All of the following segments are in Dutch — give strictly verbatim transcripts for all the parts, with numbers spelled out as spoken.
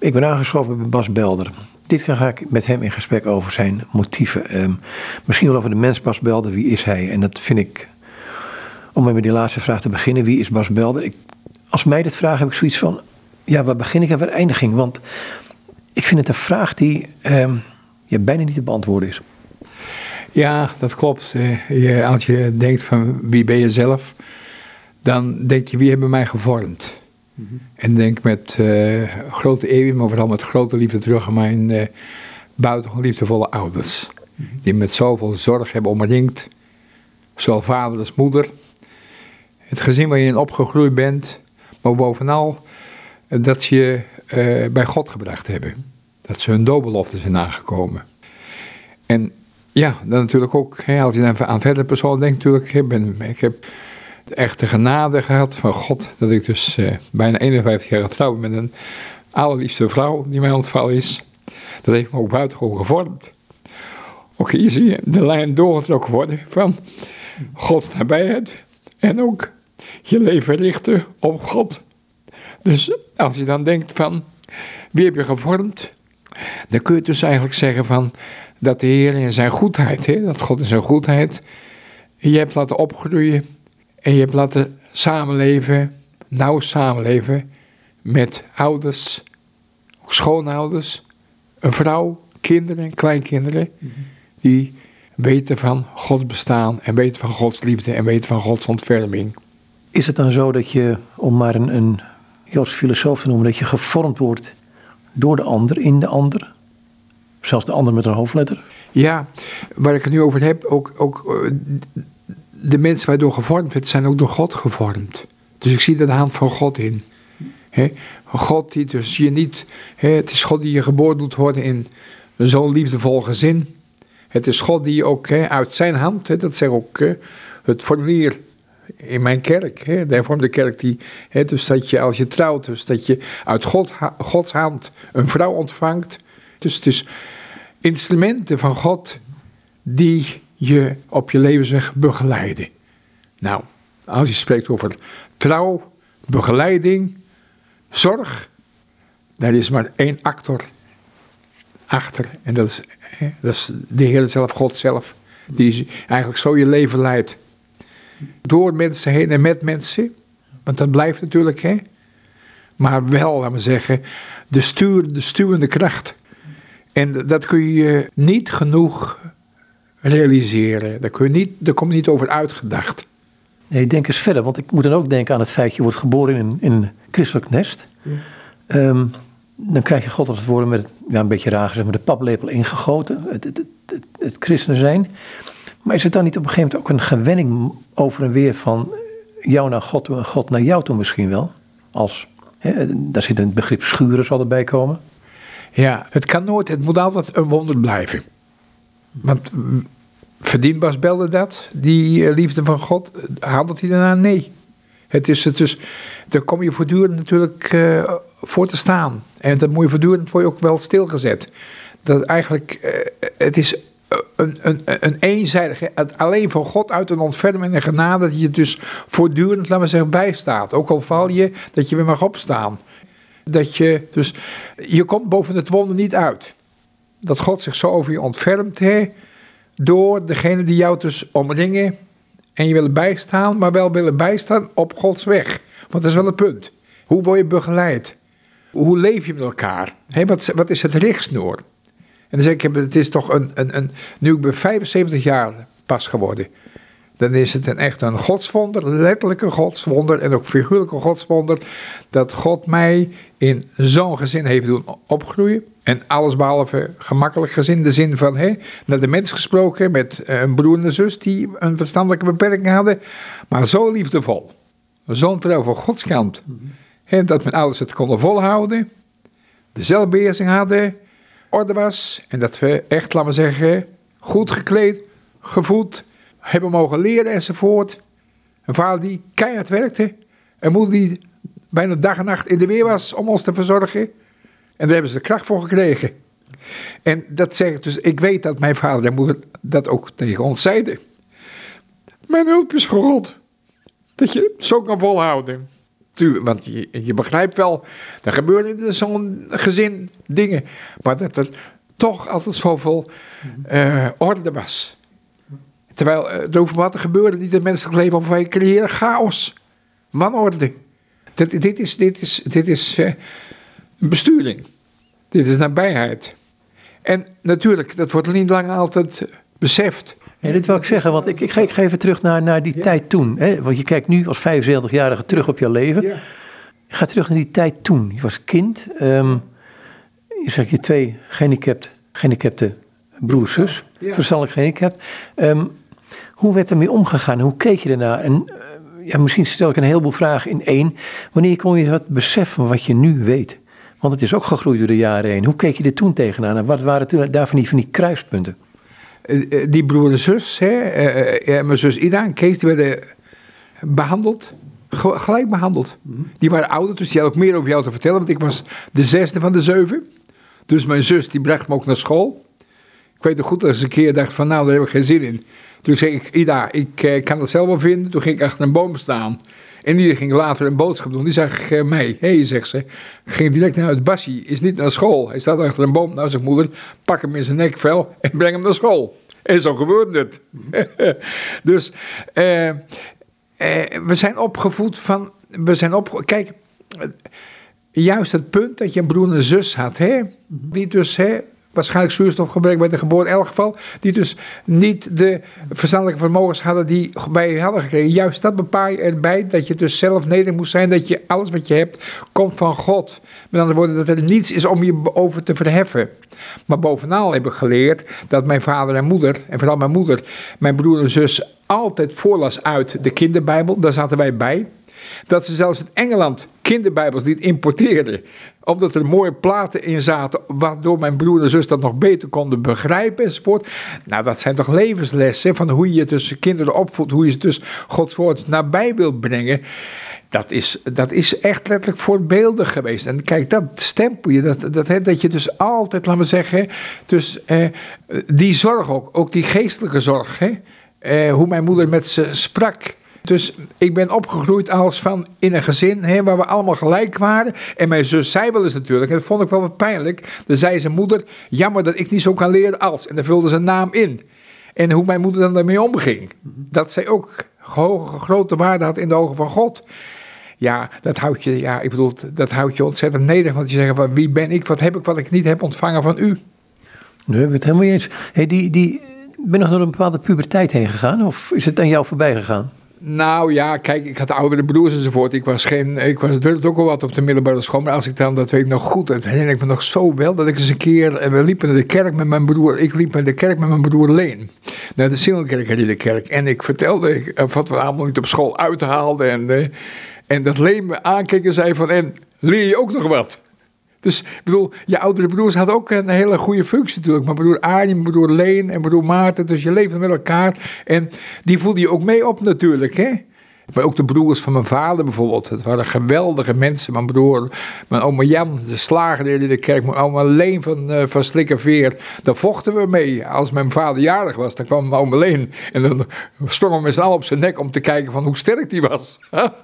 Ik ben aangeschoven bij Bas Belder. Dit keer ga ik met hem in gesprek over zijn motieven. Um, misschien wel over de mens Bas Belder. Wie is hij? En dat vind ik, om met die laatste vraag te beginnen. Wie is Bas Belder? Ik, als mij dit vraagt heb ik zoiets van, ja, waar begin ik en waar eindig ik? Want ik vind het een vraag die um, ja, bijna niet te beantwoorden is. Ja, dat klopt. Je, als je denkt van wie ben je zelf, dan denk je wie hebben mij gevormd. Mm-hmm. En denk met uh, grote eerbied, maar vooral met grote liefde terug aan mijn uh, buitengewoon liefdevolle ouders. Mm-hmm. Die met zoveel zorg hebben omringd, zowel vader als moeder. Het gezin waar je in opgegroeid bent, maar bovenal uh, dat ze je uh, bij God gebracht hebben. Dat ze hun doopbeloften zijn nagekomen. En ja, dan natuurlijk ook, hè, als je dan aan verdere persoon denkt, natuurlijk, ik, ben, ik heb de echte genade gehad van God, dat ik dus uh, bijna eenenvijftig jaar getrouwd ben met een allerliefste vrouw die mij ontvallen is. Dat heeft me ook buitengewoon gevormd. Ook hier zie je de lijn doorgetrokken worden van Gods nabijheid en ook je leven richten op God. Dus als je dan denkt van, wie heb je gevormd? Dan kun je dus eigenlijk zeggen van, dat de Heer in zijn goedheid, hè, dat God in zijn goedheid, je hebt laten opgroeien en je hebt laten samenleven, nauw samenleven met ouders, ook schoonouders, een vrouw, kinderen, kleinkinderen, mm-hmm. die weten van Gods bestaan en weten van Gods liefde en weten van Gods ontferming. Is het dan zo dat je, om maar een, een Joodse filosoof te noemen, dat je gevormd wordt door de ander, in de ander? Zelfs de ander met een hoofdletter? Ja, waar ik het nu over heb, ook, ook de mensen waardoor gevormd werd, zijn ook door God gevormd. Dus ik zie er de hand van God in. He? God die dus je niet, he, het is God die je geboren doet worden in zo'n liefdevol gezin. Het is God die je ook he, uit zijn hand, he, dat zegt ook he, het formulier in mijn kerk, he, de hervormde kerk, die, he, dus dat je als je trouwt, dus dat je uit God, Gods hand een vrouw ontvangt. Dus het is instrumenten van God die je op je levensweg begeleiden. Nou, als je spreekt over trouw, begeleiding, zorg, daar is maar één actor achter. En dat is, dat is de Heer zelf, God zelf, die eigenlijk zo je leven leidt. Door mensen heen en met mensen, want dat blijft natuurlijk, hè. Maar wel, laten we zeggen, de, stuur, de stuwende kracht. En dat kun je niet genoeg realiseren. Daar, kun je niet, daar kom je niet over uitgedacht. Nee, denk eens verder. Want ik moet dan ook denken aan het feit... je wordt geboren in, in een christelijk nest. Ja. Um, dan krijg je God als het ware met ja, een beetje raar gezegd... met de paplepel ingegoten. Het, het, het, het, het christen zijn. Maar is het dan niet op een gegeven moment ook een gewenning... over en weer van jou naar God toe en God naar jou toe misschien wel? Als, hè, daar zit een begrip schuren zal erbij komen... Ja, het kan nooit, het moet altijd een wonder blijven. Want verdient Bas Belder dat, die liefde van God? Handelt hij daarna? Nee. Het is, het is, daar kom je voortdurend natuurlijk uh, voor te staan. En dat moet je voortdurend voor je ook wel stilgezet. Dat eigenlijk, uh, het is een, een, een eenzijdige, alleen van God uit een ontferming en genade, dat je dus voortdurend, laten we zeggen, bijstaat. Ook al val je, dat je weer mag opstaan. Dat je, dus, je komt boven het wonder niet uit. Dat God zich zo over je ontfermt, hè, door degene die jou dus omringen en je willen bijstaan, maar wel willen bijstaan op Gods weg. Want dat is wel het punt. Hoe word je begeleid? Hoe leef je met elkaar? Hè, wat, wat is het richtsnoer? En dan zeg ik, het is toch een, een, een, nu ik ben vijfenzeventig jaar pas geworden, dan is het een, echt een godswonder, letterlijk een godswonder en ook figuurlijk een godswonder, dat God mij in zo'n gezin heeft doen opgroeien. En allesbehalve gemakkelijk gezin, de zin van, hè, naar de mens gesproken, met een broer en een zus die een verstandelijke beperking hadden, maar zo liefdevol. Zo'n trouw van Gods kant. Mm-hmm. Hè, dat mijn ouders het konden volhouden, de zelfbeheersing hadden, orde was, en dat we echt, laten we zeggen, goed gekleed, gevoed, hebben mogen leren enzovoort. Een vader die keihard werkte. Een moeder die bijna dag en nacht in de weer was om ons te verzorgen. En daar hebben ze de kracht voor gekregen. En dat zeg ik dus, ik weet dat mijn vader en moeder dat ook tegen ons zeiden. Mijn hulp is van God. Dat je zo kan volhouden. Tu, want je, je begrijpt wel, er gebeuren in zo'n gezin dingen. Maar dat er toch altijd zoveel uh, orde was. Terwijl uh, over wat er gebeurde niet in het menselijk leven, of wij creëren chaos. Wanorde. Dit, dit is, dit is, dit is uh, besturing. Dit is nabijheid. En natuurlijk, dat wordt niet lang altijd beseft. Ja, dit wil ik zeggen, want ik, ik, ga, ik ga even terug naar, naar die ja. tijd toen. Hè? Want je kijkt nu als vijfenzeventigjarige terug op je leven. Ja. Je gaat terug naar die tijd toen. Je was kind. Um, je zegt je twee gehandicapt, gehandicapte broers, zus. Ja. Verstandelijk gehandicapt. Um, hoe werd ermee omgegaan? Hoe keek je ernaar? En uh, ja, misschien stel ik een heleboel vragen in één. Wanneer kon je dat beseffen wat je nu weet? Want het is ook gegroeid door de jaren heen. Hoe keek je er toen tegenaan? En wat waren toen daarvan die, van die kruispunten? Uh, die broer en zus, hè, uh, uh, mijn zus Ida en Kees, die werden behandeld. Gelijk behandeld. Mm-hmm. Die waren ouder, dus die had ook meer over jou te vertellen. Want ik was de zesde van de zeven. Dus mijn zus, die bracht me ook naar school. Ik weet nog goed dat ik eens een keer dacht van, nou, daar heb ik geen zin in. Toen zei ik, Ida, ik uh, kan het zelf wel vinden. Toen ging ik achter een boom staan. En die ging later een boodschap doen. Die zag uh, mij. Hé, hey, zegt ze. Ik ging direct naar het Bassie. Is niet naar school. Hij staat achter een boom. Nou, zegt moeder, pak hem in zijn nekvel en breng hem naar school. En zo gebeurde het. Dus uh, uh, we zijn opgevoed van... We zijn op, kijk, juist het punt dat je een broer en een zus had. Hè, die dus... Hè, waarschijnlijk zuurstofgebrek bij de geboorte, in elk geval, die dus niet de verstandelijke vermogens hadden die wij hadden gekregen. Juist dat bepaal je erbij, dat je dus zelf nederig moet zijn, dat je alles wat je hebt, komt van God. Met andere woorden, dat er niets is om je over te verheffen. Maar bovenal heb ik geleerd dat mijn vader en moeder, en vooral mijn moeder, mijn broer en zus altijd voorlas uit de kinderbijbel, daar zaten wij bij. Dat ze zelfs in Engeland kinderbijbels niet importeerden, omdat er mooie platen in zaten, waardoor mijn broer en zus dat nog beter konden begrijpen enzovoort. Nou, dat zijn toch levenslessen van hoe je tussen kinderen opvoedt, hoe je ze dus Gods woord nabij wil brengen. Dat is, dat is echt letterlijk voorbeeldig geweest. En kijk, dat stempel je, dat, dat, dat je dus altijd, laten we zeggen, dus, eh, die zorg ook, ook die geestelijke zorg, hè, eh, hoe mijn moeder met ze sprak. Dus ik ben opgegroeid als van in een gezin hè, waar we allemaal gelijk waren. En mijn zus zei wel eens natuurlijk, en dat vond ik wel wat pijnlijk. Dan zei zijn moeder, jammer dat ik niet zo kan leren als. En dan vulde ze een naam in. En hoe mijn moeder dan daarmee omging. Dat zij ook hoge, grote waarde had in de ogen van God. Ja, dat houdt je, ja, ik bedoel, dat houdt je ontzettend nederig. Want je zegt, wie ben ik, wat heb ik, wat ik niet heb ontvangen van u. Nee, ik ben het helemaal eens. Hey, die, die, ben je nog door een bepaalde puberteit heen gegaan? Of is het aan jou voorbij gegaan? Nou ja, kijk, ik had oudere broers enzovoort. Ik was geen, ik was deed ook al wat op de middelbare school. Maar als ik dan, dat weet ik nog goed, dat herinner ik me nog zo wel, dat ik eens een keer, we liepen naar de kerk met mijn broer, ik liep naar de kerk met mijn broer Leen. Naar de Zielkerk in de kerk. En ik vertelde wat we allemaal niet op school uithaalden. En, en dat Leen me aankeek en zei van, en leer je ook nog wat? Dus ik bedoel, je oudere broers hadden ook een hele goede functie natuurlijk. Mijn broer Arie, mijn broer Leen en mijn broer Maarten. Dus je leefde met elkaar. En die voelde je ook mee op natuurlijk, hè. Maar ook de broers van mijn vader bijvoorbeeld. Het waren geweldige mensen. Mijn broer, mijn oma Jan, de slager in de kerk. Mijn oma Leen van, uh, van Slikkerveer. Daar vochten we mee. Als mijn vader jarig was, dan kwam mijn oma Leen. En dan sprongen we met z'n allen op zijn nek om te kijken van hoe sterk die was.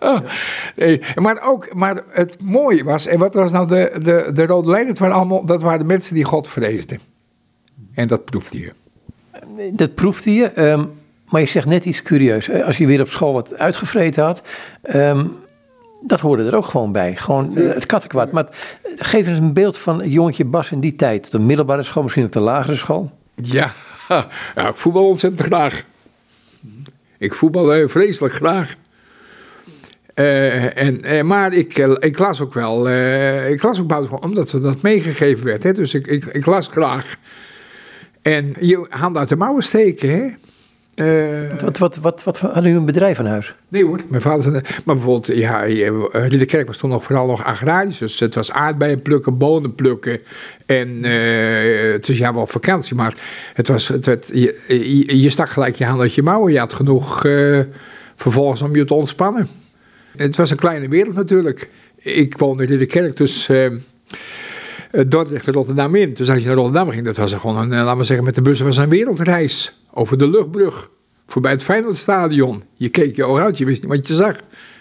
nee, maar ook, maar het mooie was, en wat was nou de, de, de rode lijn? Het waren allemaal, dat waren de mensen die God vreesden. En dat proefde je. Dat proefde je. Um... Maar je zegt net iets curieus. Als je weer op school wat uitgevreten had, um, dat hoorde er ook gewoon bij. Gewoon uh, het kattenkwaad. Maar geef eens een beeld van jongetje Bas in die tijd. De middelbare school, misschien ook de lagere school. Ja, ja ik voetbal ontzettend graag. Ik voetbal uh, vreselijk graag. Uh, en, uh, maar ik, uh, ik las ook wel. Uh, ik las ook buitengewoon, omdat we dat meegegeven werd. Hè? Dus ik, ik, ik las graag. En je hand uit de mouwen steken, hè? Uh, wat, wat, wat, wat hadden jullie een bedrijf aan huis? Nee hoor, mijn vader zei, maar bijvoorbeeld, ja, de kerk was toen nog vooral nog agrarisch, dus het was aardbeien plukken, bonen plukken en uh, het was ja wel vakantie, maar het was, het werd, je, je, je stak gelijk je hand uit je mouwen, je had genoeg uh, vervolgens om je te ontspannen. Het was een kleine wereld natuurlijk. Ik woonde in de kerk, dus uh, Dordrecht en Rotterdam in. Dus als je naar Rotterdam ging, dat was gewoon een, laten we zeggen, met de bus was een wereldreis. Over de luchtbrug, voorbij het Feyenoordstadion. Je keek je ogen uit, je wist niet wat je zag.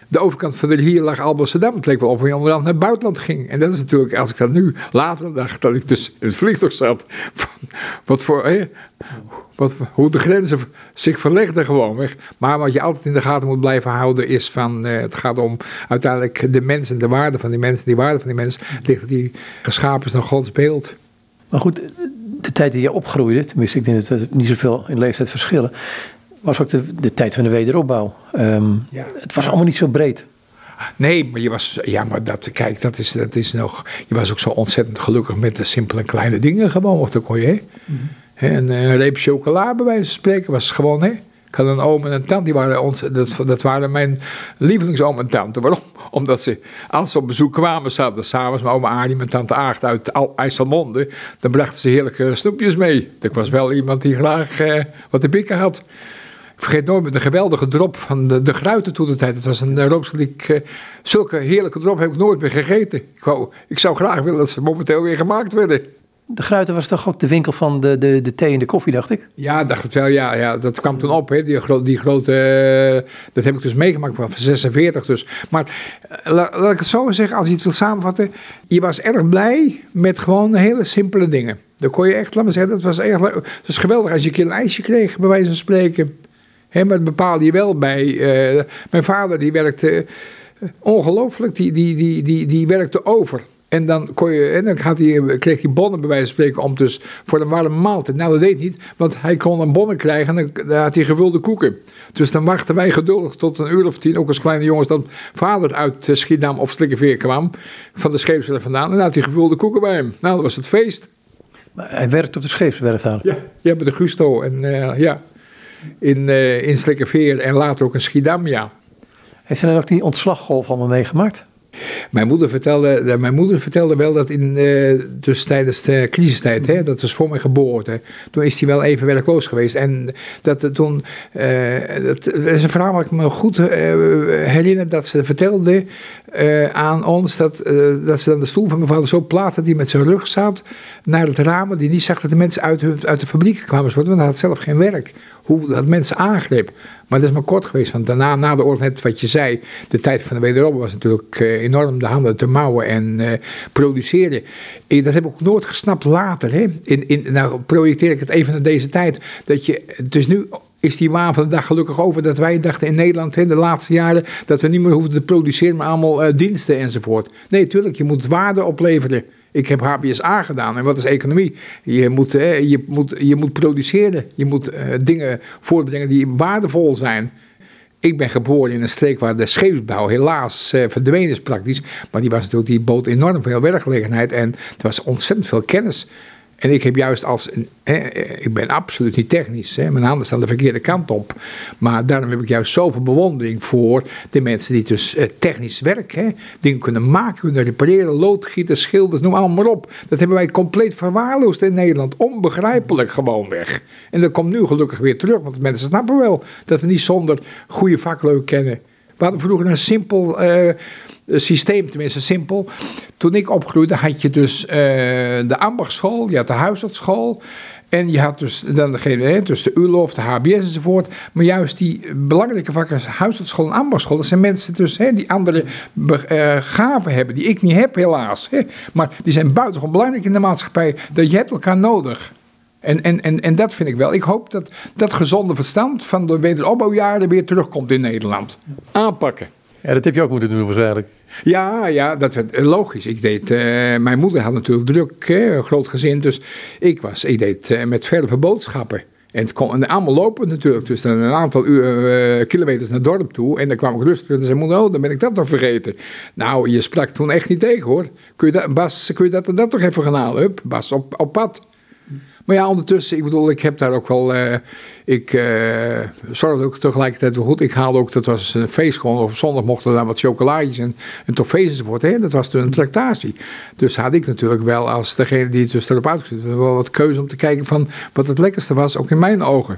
de overkant van de rivier lag Alblasserdam. Het leek wel of je onderhand naar het buitenland ging. En dat is natuurlijk, als ik dat nu later dacht, dat ik dus in het vliegtuig zat. Van, wat voor, hè, wat, hoe de grenzen zich verlegden gewoon weg. Maar wat je altijd in de gaten moet blijven houden is van, uh, het gaat om uiteindelijk de mensen, de waarde van die mensen. Die waarde van die mensen ligt die geschapen is naar Gods beeld. Maar goed, de tijd die je opgroeide, tenminste ik denk dat er niet zoveel in leeftijd verschillen, was ook de, de tijd van de wederopbouw. Um, ja. Het was allemaal niet zo breed. Nee, maar je was, ja, maar dat, kijk, dat is, dat is nog, je was ook zo ontzettend gelukkig met de simpele kleine dingen gewoon, of dat kon je, hè. Mm-hmm. En een reep chocola bij wijze van spreken was gewoon, hè. Ik had een oom en een tante, die waren ons, dat, dat waren mijn lievelingsoom en tante. Waarom? Omdat ze, als ze op bezoek kwamen, zaten s'avonds, mijn oma Arie, mijn tante Aagt uit IJsselmonde, dan brachten ze heerlijke snoepjes mee. Ik was wel iemand die graag uh, wat te bikken had. Ik vergeet nooit met de geweldige drop van de, de Gruiten toen de tijd. Het was een rooksgelijk, uh, zulke heerlijke drop heb ik nooit meer gegeten. Ik, wou, ik zou graag willen dat ze momenteel weer gemaakt werden. De Gruiten was toch ook de winkel van de, de, de thee en de koffie, dacht ik? Ja, dacht het wel, ja. ja dat kwam toen op, hè. Die, gro- die grote, uh, dat heb ik dus meegemaakt van zesenveertig dus. Maar uh, la, laat ik het zo zeggen, als je het wil samenvatten, je was erg blij met gewoon hele simpele dingen. Dan kon je echt, laat maar zeggen, dat was erg leuk. Het was geweldig als je een keer een ijsje kreeg, bij wijze van spreken. Hè, maar dat bepaalde je wel bij. Uh, mijn vader, die werkte uh, ongelooflijk, die, die, die, die, die werkte over. En dan, kon je, en dan had hij, kreeg hij bonnen bij wijze van spreken om dus voor een warme maaltijd. Nou, dat deed niet, want hij kon een bonnen krijgen en dan, dan had hij gewulde koeken. Dus dan wachten wij geduldig tot een uur of tien, ook als kleine jongens, dat vader uit Schiedam of Slikkeveer kwam, van de scheepswerf vandaan. En dan had hij gewulde koeken bij hem. Nou, dat was het feest. Maar hij werkte op de scheepswerf daar? Ja, ja, bij de Gusto en uh, ja, in, uh, in Slikkeveer en later ook in Schiedam, ja. Heeft hij dan ook die ontslaggolf allemaal meegemaakt? Mijn moeder vertelde, mijn moeder vertelde wel dat in, uh, dus tijdens de crisistijd, hè, dat was voor mijn geboorte, toen is hij wel even werkloos geweest. En dat uh, toen, uh, dat, dat is een verhaal waar ik me goed uh, herinner, dat ze vertelde uh, aan ons, dat, uh, dat ze dan de stoel van mijn vader zo plaat dat hij met zijn rug zat naar het raam, die niet zag dat de mensen uit, hun, uit de fabriek kwamen, want hij had zelf geen werk. Hoe dat mensen aangreep. Maar dat is maar kort geweest, want daarna, na de oorlog, net wat je zei, de tijd van de wederopbouw was natuurlijk uh, enorm de handen te mouwen en uh, produceren. En dat heb ik ook nooit gesnapt later. Hè? In, in, nou projecteer ik het even naar deze tijd. Dat je, dus nu is die waan van de dag gelukkig over dat wij dachten in Nederland in de laatste jaren dat we niet meer hoefden te produceren, maar allemaal uh, diensten enzovoort. Nee, tuurlijk, je moet waarde opleveren. Ik heb H B S A gedaan. En wat is economie? Je moet, eh, je moet, je moet produceren. Je moet uh, dingen voortbrengen die waardevol zijn. Ik ben geboren in een streek waar de scheepsbouw helaas uh, verdwenen is praktisch. Maar die, was natuurlijk, die bood enorm veel werkgelegenheid. En er was ontzettend veel kennis. En ik heb juist als, eh, ik ben absoluut niet technisch, hè, mijn handen staan de verkeerde kant op. Maar daarom heb ik juist zoveel bewondering voor de mensen die dus eh, technisch werk, hè, dingen kunnen maken, kunnen repareren, loodgieten, schilders, noem allemaal maar op. Dat hebben wij compleet verwaarloosd in Nederland. Onbegrijpelijk gewoon weg. En dat komt nu gelukkig weer terug, want mensen snappen wel dat we niet zonder goede vaklui kennen. We hadden vroeger een simpel uh, systeem, tenminste simpel. Toen ik opgroeide had je dus uh, de ambachtschool, je had de huisartsschool. En je had dus dan degene, dus de U L O F, de H B S enzovoort. Maar juist die belangrijke vakken, huisartsschool en ambachtschool, dat zijn mensen dus, hè, die andere uh, gaven hebben, die ik niet heb helaas. Hè. Maar die zijn buitengewoon belangrijk in de maatschappij. Dat je hebt elkaar nodig. En, en, en, en dat vind ik wel. Ik hoop dat dat gezonde verstand van de wederopbouwjaren weer terugkomt in Nederland. Aanpakken. Ja, dat heb je ook moeten doen waarschijnlijk. Ja, ja, dat werd logisch. Ik deed, uh, mijn moeder had natuurlijk druk, hè, een groot gezin, dus ik, was, ik deed uh, met verve boodschappen. En het kon en allemaal lopen natuurlijk, dus dan een aantal uur, uh, kilometers naar het dorp toe. En dan kwam ik rustig en zei moeder, oh, dan ben ik dat nog vergeten. Nou, je sprak toen echt niet tegen hoor. Kun je dat, Bas, kun je dat en dat toch even gaan halen? Hup, Bas, op, op pad. Maar ja, ondertussen, ik bedoel, ik heb daar ook wel, uh, ik uh, zorgde ook tegelijkertijd wel goed. Ik haalde ook, dat was een feest gewoon, op zondag mochten er dan wat chocolaatjes en, en toffees enzovoort. Hè? Dat was toen een tractatie. Dus had ik natuurlijk wel, als degene die het dus erop uitgezet, wel wat keuze om te kijken van wat het lekkerste was, ook in mijn ogen.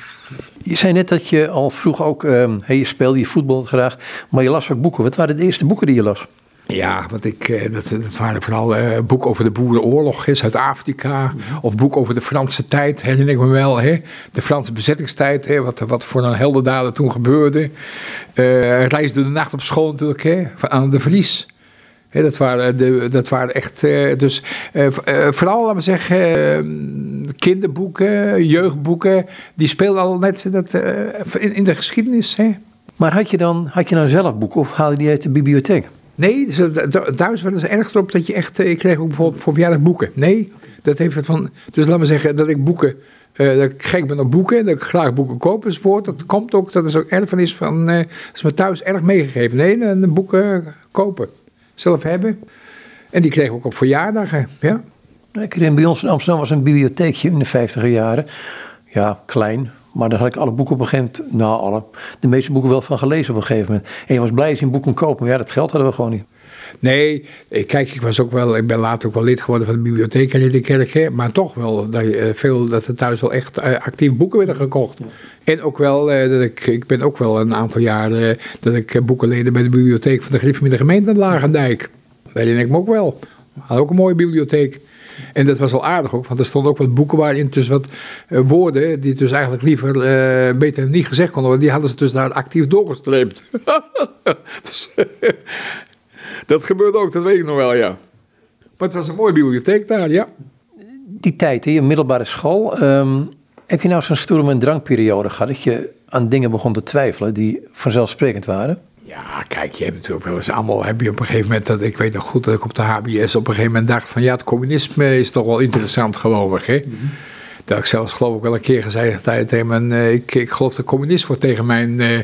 Je zei net dat je al vroeg ook, um, hey, je speelde je voetbal graag, maar je las ook boeken. Wat waren de eerste boeken die je las? Ja, want ik, dat, dat waren vooral uh, boeken over de Boerenoorlog in Zuid-Afrika. Mm-hmm. Of boeken over de Franse tijd, herinner ik me wel. Hè? De Franse bezettingstijd, hè? Wat, wat voor een heldendaden toen gebeurde. Uh, Reis door de nacht op school natuurlijk, hè? Van Anne de Vries. Hè, dat, waren de, dat waren echt, uh, dus uh, uh, vooral, laten we zeggen, uh, kinderboeken, jeugdboeken. Die speelden al net dat, uh, in, in de geschiedenis. Hè? Maar had je, dan, had je dan zelf boeken of haalde je die uit de bibliotheek? Nee, dus, thuis waren ze erg erop dat je echt... Ik kreeg ook bijvoorbeeld voor verjaardag boeken. Nee, dat heeft het van... Dus laat me zeggen dat ik boeken... Uh, dat ik gek ben op boeken, dat ik graag boeken koop enzovoort. Dat komt ook, dat is ook erfenis van... Uh, dat is me thuis erg meegegeven. Nee, de boeken kopen. Zelf hebben. En die kreeg ik ook op verjaardagen, ja. Ik herinner, bij ons in Amsterdam was een bibliotheekje in de vijftiger jaren. Ja, klein... Maar daar had ik alle boeken op een gegeven moment, nou alle, de meeste boeken wel van gelezen op een gegeven moment. En je was blij als je een boek kon kopen, maar ja, dat geld hadden we gewoon niet. Nee, kijk, ik was ook wel, ik ben later ook wel lid geworden van de bibliotheek in de kerk, hè, maar toch wel dat, uh, veel, dat er thuis wel echt uh, actief boeken werden gekocht. Ja. En ook wel, uh, dat ik, ik ben ook wel een aantal jaren, uh, dat ik uh, boeken leende bij de bibliotheek van de Griffie gemeente in Lagendijk. Dat herinner ik me ook wel. Had ook een mooie bibliotheek. En dat was wel aardig ook, want er stonden ook wat boeken waarin dus wat uh, woorden, die dus eigenlijk liever uh, beter niet gezegd konden worden, die hadden ze dus daar actief doorgestreept. dus, dat gebeurde ook, dat weet ik nog wel, ja. Maar het was een mooie bibliotheek daar, ja. Die tijd, hè, je middelbare school, um, heb je nou zo'n stoel- en drankperiode gehad, dat je aan dingen begon te twijfelen die vanzelfsprekend waren? Ja, kijk, je hebt natuurlijk wel eens allemaal, heb je op een gegeven moment, dat, ik weet nog goed dat ik op de H B S op een gegeven moment dacht van ja, het communisme is toch wel interessant gelovig, hè. Mm-hmm. Dat ik zelfs geloof ik wel een keer gezegd tegen mijn, uh, ik, ik geloof dat communist wordt tegen mijn uh,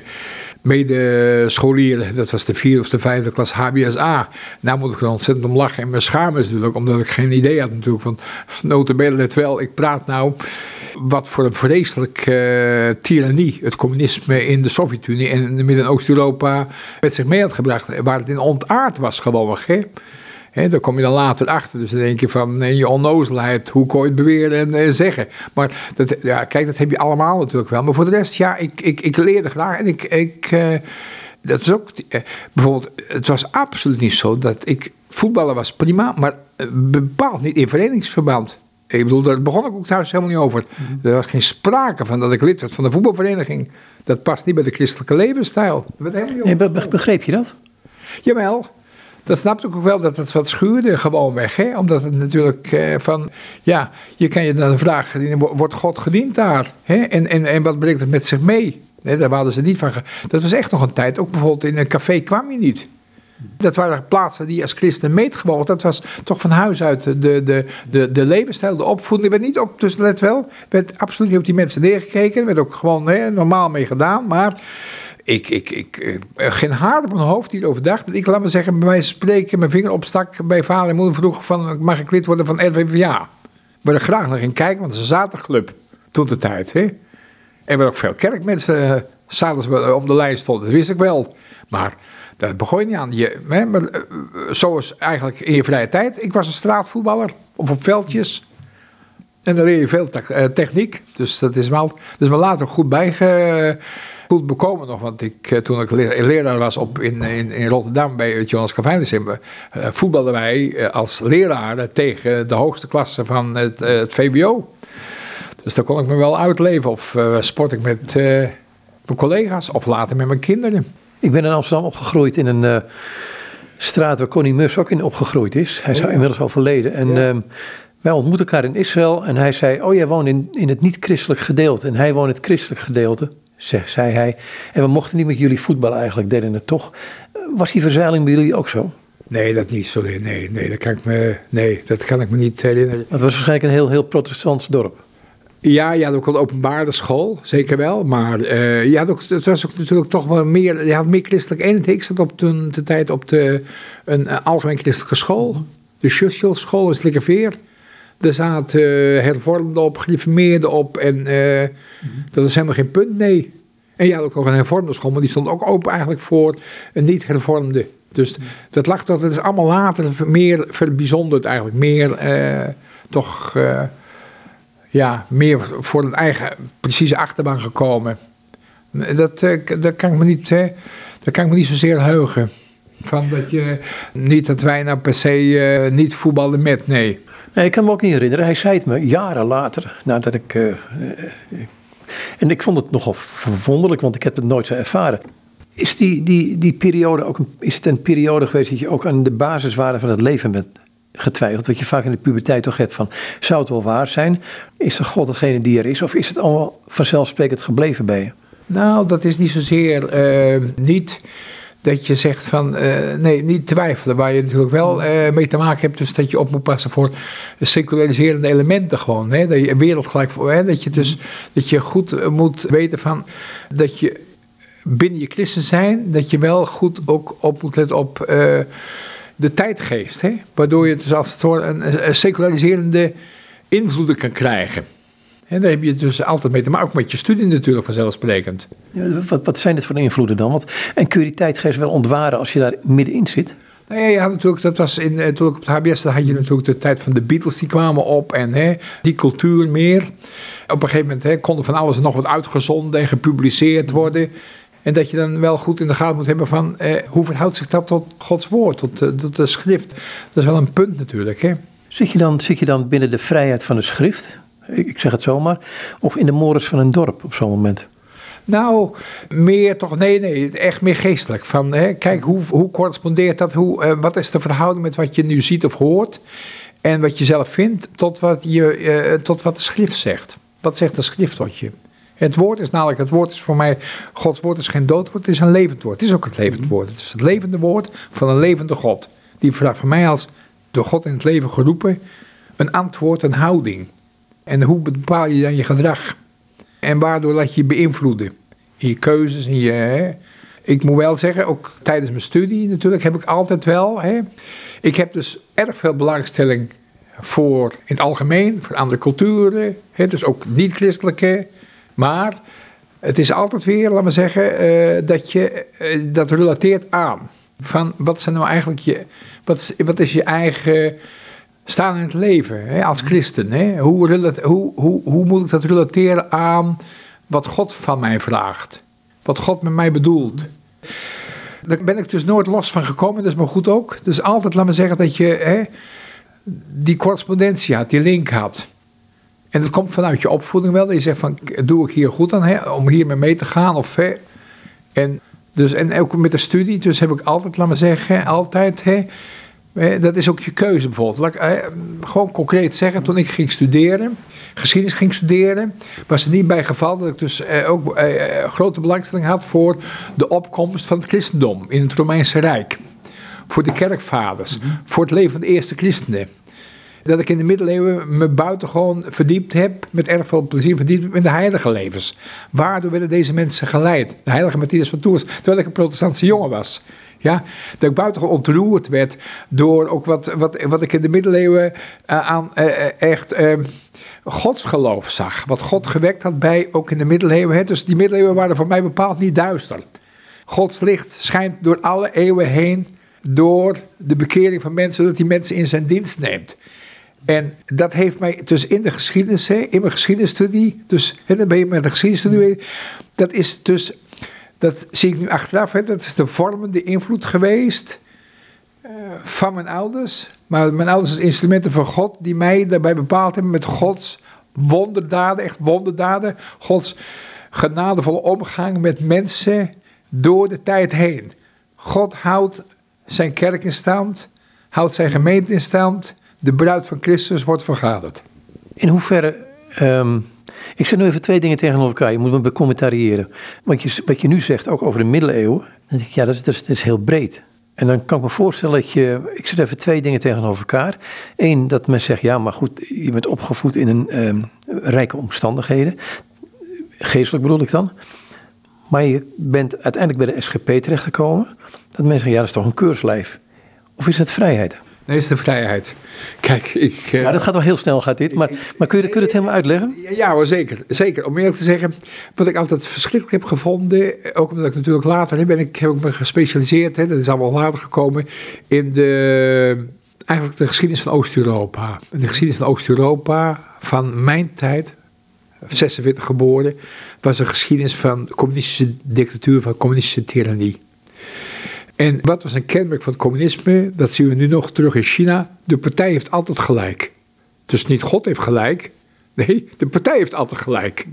medescholieren, dat was de vierde of de vijfde klas H B S A. Nou moet ik er ontzettend om lachen en me schamen natuurlijk, omdat ik geen idee had natuurlijk van, nota bene let wel, ik praat nou... Wat voor een vreselijke uh, tirannie het communisme in de Sovjet-Unie en in Midden- en Oost-Europa met zich mee had gebracht. Waar het in ontaard was gewoon. Hè? Hè, daar kom je dan later achter. Dus dan denk je van in je onnozelheid, hoe kon je het beweren en uh, zeggen. Maar dat, ja, kijk, dat heb je allemaal natuurlijk wel. Maar voor de rest, ja, ik, ik, ik leerde graag. En ik, ik uh, dat is ook, uh, bijvoorbeeld, het was absoluut niet zo dat ik, voetballen was prima, maar uh, bepaald niet in verenigingsverband. Ik bedoel, daar begon ik ook thuis helemaal niet over. Mm-hmm. Er was geen sprake van dat ik lid werd van de voetbalvereniging. Dat past niet bij de christelijke levensstijl. Nee, be- begreep je dat? Jawel. Dat snapte ik ook wel, dat het wat schuurde gewoon weg. Hè? Omdat het natuurlijk eh, van... Ja, je kan je dan vragen, wordt God gediend daar? Hè? En, en, en wat brengt het met zich mee? Nee, daar hadden ze niet van... Ge- dat was echt nog een tijd. Ook bijvoorbeeld in een café kwam je niet. Dat waren plaatsen die als christen meetgewogen. Dat was toch van huis uit de, de, de, de levensstijl, de opvoeding. Er werd niet op, dus let wel, er werd absoluut niet op die mensen neergekeken. Er werd ook gewoon hè, normaal mee gedaan. Maar ik, ik, ik, geen haar op mijn hoofd die erover dacht. Ik laat me zeggen, bij mij spreken, mijn vinger opstak bij vader en moeder vroeg van, mag ik lid worden van R V V A? We er graag naar ging kijken, want het is een zaterdagsclub toen de tijd. Hè? En er waren ook veel kerkmensen uh, s'avonds om de lijn stonden, dat wist ik wel. Maar... Daar begon je niet aan. Je, hè, maar, uh, zoals eigenlijk in je vrije tijd. Ik was een straatvoetballer. Of op veldjes. En dan leer je veel te- uh, techniek. Dus dat is me, al, dat is me later goed bijge, goed bekomen nog. Want ik, uh, toen ik le- leraar was op in, in, in Rotterdam bij het Johannes Calvijn uh, voetbalden wij uh, als leraren tegen de hoogste klasse van het, uh, het V B O. Dus daar kon ik me wel uitleven. Of uh, sport ik met uh, mijn collega's. Of later met mijn kinderen. Ik ben in Amsterdam opgegroeid in een uh, straat waar Connie Mus ook in opgegroeid is. Hij is oh, ja. inmiddels overleden. En ja. um, wij ontmoetten elkaar in Israël en hij zei, oh jij woont in, in het niet-christelijk gedeelte. En hij woont in het christelijk gedeelte, zeg, zei hij. En we mochten niet met jullie voetballen eigenlijk, deden het toch. Was die verzeiling bij jullie ook zo? Nee, dat niet. Sorry, nee, nee, dat kan ik me, nee, dat kan ik me niet herinneren. Het was waarschijnlijk een heel, heel protestants dorp. Ja, je had ook een openbare school, zeker wel. Maar uh, je had ook, het was ook natuurlijk toch wel meer, je had meer christelijk eenheid. Ik zat op toen de tijd op de, een, een algemeen christelijke school. De Schussel school in Slikkerveer. Er zaten uh, hervormden op, gereformeerden op. En uh, mm-hmm. dat is helemaal geen punt, nee. En je had ook nog een hervormde school, maar die stond ook open eigenlijk voor een niet-hervormde. Dus mm-hmm. dat lag toch, dat is allemaal later meer verbijzonderd eigenlijk. Meer uh, toch... Uh, Ja, meer voor een eigen precieze achterban gekomen. Dat, dat, kan ik me niet, dat kan ik me niet zozeer heugen. Van dat je niet dat wij nou per se uh, niet voetballen met, nee. Nee, ik kan me ook niet herinneren. Hij zei het me jaren later, nadat ik... Uh, uh, en ik vond het nogal verwonderlijk, want ik heb het nooit zo ervaren. Is die, die, die periode ook een, is het een periode geweest dat je ook aan de basiswaarde van het leven bent getwijfeld? Wat je vaak in de puberteit toch hebt van, zou het wel waar zijn? Is de God degene die er is? Of is het allemaal vanzelfsprekend gebleven bij je? Nou, dat is niet zozeer uh, niet dat je zegt van, uh, nee, niet twijfelen. Waar je natuurlijk wel uh, mee te maken hebt, dus dat je op moet passen voor seculariserende elementen gewoon. Hè? Dat je wereldgelijk voor, hè? Dat je dus, dat je goed moet weten van, dat je binnen je christen zijn, dat je wel goed ook op moet letten op uh, de tijdgeest. Hè? Waardoor je dus als het ware een, een seculariserende invloeden kan krijgen. En daar heb je dus altijd mee te maken, ook met je studie natuurlijk vanzelfsprekend. Ja, wat, wat zijn dit voor invloeden dan? Want, en kun je die tijdgeest wel ontwaren als je daar middenin zit? Nou ja, je had natuurlijk, dat was in, toen ik op het H B S, dan had je natuurlijk de tijd van de Beatles, die kwamen op en hè, die cultuur meer. Op een gegeven moment hè, kon er van alles nog wat uitgezonden en gepubliceerd worden. En dat je dan wel goed in de gaten moet hebben van, eh, hoe verhoudt zich dat tot Gods woord, tot, tot de schrift. Dat is wel een punt natuurlijk. Hè. Zit je dan, zit je dan binnen de vrijheid van de schrift? Ik, ik zeg het zomaar. Of in de mores van een dorp op zo'n moment? Nou, meer toch, nee, nee, echt meer geestelijk. Van, hè, kijk, hoe, hoe correspondeert dat? Hoe, uh, wat is de verhouding met wat je nu ziet of hoort? En wat je zelf vindt tot wat, je, uh, tot wat de schrift zegt. Wat zegt de schrift tot je? Het woord is namelijk, het woord is voor mij, Gods woord is geen doodwoord, het is een levend woord. Het is ook het levend woord. Het is het levende woord van een levende God. Die vraagt van mij als door God in het leven geroepen, een antwoord, een houding. En hoe bepaal je dan je gedrag? En waardoor laat je je beïnvloeden? In je keuzes, in je... Hè? Ik moet wel zeggen, ook tijdens mijn studie natuurlijk heb ik altijd wel... Hè? Ik heb dus erg veel belangstelling voor, in het algemeen, voor andere culturen. Hè? Dus ook niet-christelijke. Maar het is altijd weer, laat maar zeggen, uh, dat je uh, dat relateert aan. Van wat zijn nou eigenlijk je... Wat, wat is je eigen... staan in het leven, hè, als christen. Hè? Hoe, hoe, hoe, hoe moet ik dat relateren aan wat God van mij vraagt? Wat God met mij bedoelt? Daar ben ik dus nooit los van gekomen, dat is maar goed ook. Dus altijd, laat me zeggen, dat je hè, die correspondentie had, die link had. En dat komt vanuit je opvoeding wel. Dat je zegt van, doe ik hier goed aan, hè, om hiermee mee te gaan? Of, hè? En, dus, en ook met de studie, dus heb ik altijd, laat me zeggen, altijd... Hè, dat is ook je keuze bijvoorbeeld. Laat ik eh, gewoon concreet zeggen, toen ik ging studeren, geschiedenis ging studeren, was er niet bij geval dat ik dus eh, ook eh, grote belangstelling had voor de opkomst van het christendom in het Romeinse Rijk. Voor de kerkvaders, mm-hmm. voor het leven van de eerste christenen. Dat ik in de middeleeuwen me buitengewoon verdiept heb, met erg veel plezier verdiept heb in de heilige levens. Waardoor werden deze mensen geleid? De heilige Matthias van Tours, terwijl ik een protestantse jongen was. Ja, dat ik buitengewoon ontroerd werd door ook wat, wat, wat ik in de middeleeuwen uh, aan uh, echt uh, godsgeloof zag. Wat God gewekt had bij, ook in de middeleeuwen. Hè. Dus die middeleeuwen waren voor mij bepaald niet duister. Gods licht schijnt door alle eeuwen heen, door de bekering van mensen, zodat hij mensen in zijn dienst neemt. En dat heeft mij dus in de geschiedenis, hè, in mijn geschiedenisstudie, dus hè, dan ben je met de geschiedenisstudie, dat is dus... Dat zie ik nu achteraf, hè, dat is de vormende invloed geweest uh, van mijn ouders. Maar mijn ouders als instrumenten van God, die mij daarbij bepaald hebben met Gods wonderdaden, echt wonderdaden. Gods genadevolle omgang met mensen door de tijd heen. God houdt zijn kerk in stand, houdt zijn gemeente in stand. De bruid van Christus wordt vergaderd. In hoeverre... Um... Ik zet nu even twee dingen tegenover elkaar. Je moet me becommentariëren. Wat je, wat je nu zegt, ook over de middeleeuwen. Dan denk ik, ja, dat is, dat, is, dat is heel breed. En dan kan ik me voorstellen dat je... Ik zet even twee dingen tegenover elkaar. Eén, dat men zegt, ja, maar goed, je bent opgevoed in een um, rijke omstandigheden. Geestelijk bedoel ik dan. Maar je bent uiteindelijk bij de S G P terechtgekomen. Dat mensen zeggen, ja, dat is toch een keurslijf. Of is het vrijheid? Nee, is de vrijheid. Kijk, ik... Uh, maar dat gaat wel heel snel, gaat dit. Maar, maar kun, je, kun je het helemaal uitleggen? Ja hoor, zeker. Zeker. Om eerlijk te zeggen, wat ik altijd verschrikkelijk heb gevonden, ook omdat ik natuurlijk later ben, ik heb ik me gespecialiseerd, hè, dat is allemaal later gekomen, in de, eigenlijk de geschiedenis van Oost-Europa. De geschiedenis van Oost-Europa, van mijn tijd, zesenveertig geboren, was een geschiedenis van communistische dictatuur, van communistische tirannie. En wat was een kenmerk van het communisme? Dat zien we nu nog terug in China. De partij heeft altijd gelijk. Dus niet God heeft gelijk. Nee, de partij heeft altijd gelijk.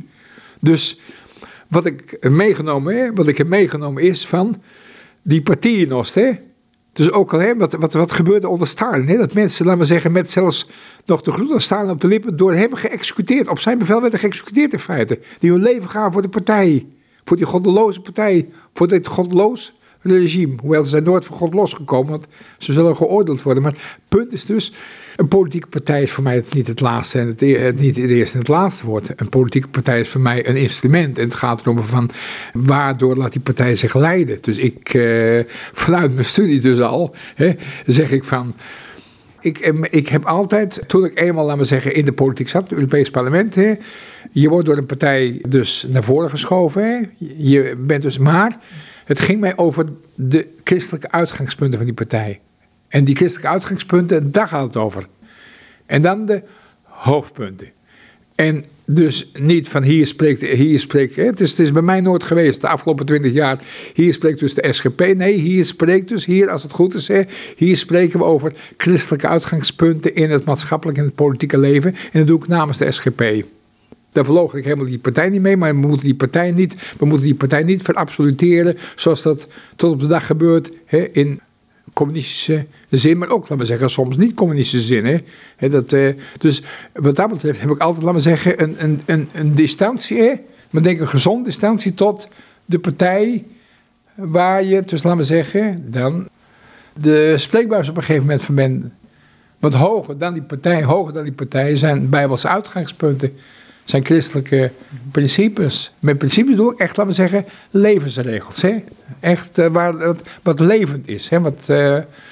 Dus wat ik meegenomen, hè, wat ik heb meegenomen is van die partijnost, hè. Dus ook al, hè, wat, wat, wat gebeurde onder Stalin, hè, dat mensen, laten we zeggen, met zelfs nog de groet aan Stalin op de lippen, door hem geëxecuteerd, op zijn bevel werden geëxecuteerd in feite. Die hun leven gaven voor de partij, voor die goddeloze partij, voor dit goddeloos regime. Hoewel ze zijn nooit van God losgekomen, want ze zullen geoordeeld worden. Maar het punt is dus, een politieke partij is voor mij niet het laatste en het, het niet het eerste en het laatste woord. Een politieke partij is voor mij een instrument en het gaat erom van waardoor laat die partij zich leiden. Dus ik, uh, vanuit mijn studie dus al, hè, zeg ik van, ik, ik heb altijd, toen ik eenmaal, laten we zeggen, in de politiek zat, het Europees Parlement, hè, je wordt door een partij dus naar voren geschoven, hè, je bent dus maar, het ging mij over de christelijke uitgangspunten van die partij. En die christelijke uitgangspunten, daar gaat het over. En dan de hoofdpunten. En dus niet van hier spreekt, hier spreekt het, is, het is bij mij nooit geweest de afgelopen twintig jaar, hier spreekt dus de S G P. Nee, hier spreekt dus, hier als het goed is, hè, hier spreken we over christelijke uitgangspunten in het maatschappelijke en het politieke leven. En dat doe ik namens de S G P. Daar verloochen ik helemaal die partij niet mee, maar we moeten die partij niet, we moeten die partij niet verabsoluteren zoals dat tot op de dag gebeurt, hè, in communistische zin, maar ook, laten we zeggen, soms niet communistische zin. Hè. He, dat, uh, dus wat dat betreft heb ik altijd, laten we zeggen, een, een, een, een distantie, hè. Maar denk een gezonde distantie tot de partij waar je, dus laten we zeggen, dan de spreekbuis op een gegeven moment van bent. Want hoger dan die partij, hoger dan die partij zijn bijbelse uitgangspunten, zijn christelijke principes. Met principes bedoel ik echt, laten we zeggen, levensregels. Hè? Echt uh, waar, wat, wat levend is. Hè? Wat, uh,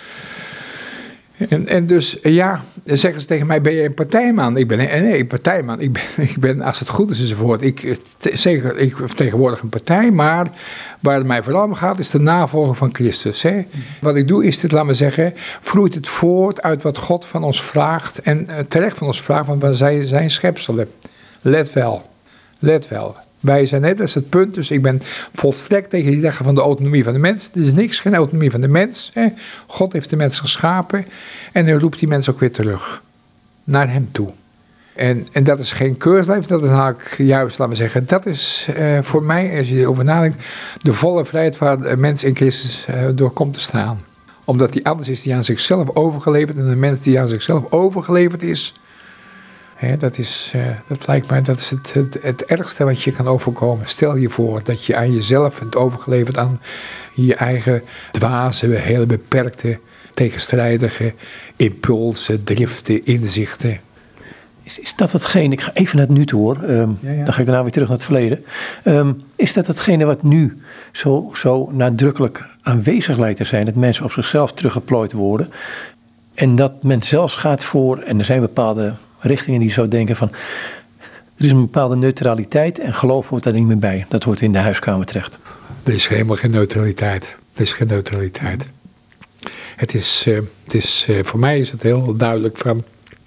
en, en dus, uh, ja, zeggen ze tegen mij, ben je een partijman? Ik ben nee, nee, een partijman. Ik ben, ik ben, als het goed is enzovoort, ik, zeker, ik vertegenwoordig een partij, maar waar het mij vooral om gaat, is de navolger van Christus. Hè? Wat ik doe is dit, laten we zeggen, vloeit het voort uit wat God van ons vraagt en uh, terecht van ons vraagt, want wij zijn zijn schepselen. Let wel, let wel. Wij zijn net, dat is het punt, dus ik ben volstrekt tegen die zeggen van de autonomie van de mens. Er is niks, geen autonomie van de mens. Hè. God heeft de mens geschapen en hij roept die mens ook weer terug. Naar hem toe. En, en dat is geen keurslijf, dat is eigenlijk juist, laten we zeggen, dat is uh, voor mij, als je erover nadenkt, de volle vrijheid waar een mens in Christus uh, door komt te staan. Omdat die anders is die aan zichzelf overgeleverd en een mens die aan zichzelf overgeleverd is, He, dat, is, uh, dat lijkt mij, dat is het, het, het ergste wat je kan overkomen. Stel je voor dat je aan jezelf bent overgeleverd, aan je eigen dwaze, hele beperkte, tegenstrijdige impulsen, driften, inzichten. Is, is dat hetgene, ik ga even naar het nu toe hoor, um, ja, ja. Dan ga ik daarna weer terug naar het verleden. Um, is dat hetgene wat nu zo, zo nadrukkelijk aanwezig lijkt te zijn, dat mensen op zichzelf teruggeplooid worden en dat men zelfs gaat voor, en er zijn bepaalde richtingen die zo denken van, er is een bepaalde neutraliteit en geloof hoort daar niet meer bij. Dat hoort in de huiskamer terecht. Er is helemaal geen neutraliteit. Er is geen neutraliteit. Het is, uh, het is uh, voor mij is het heel duidelijk van,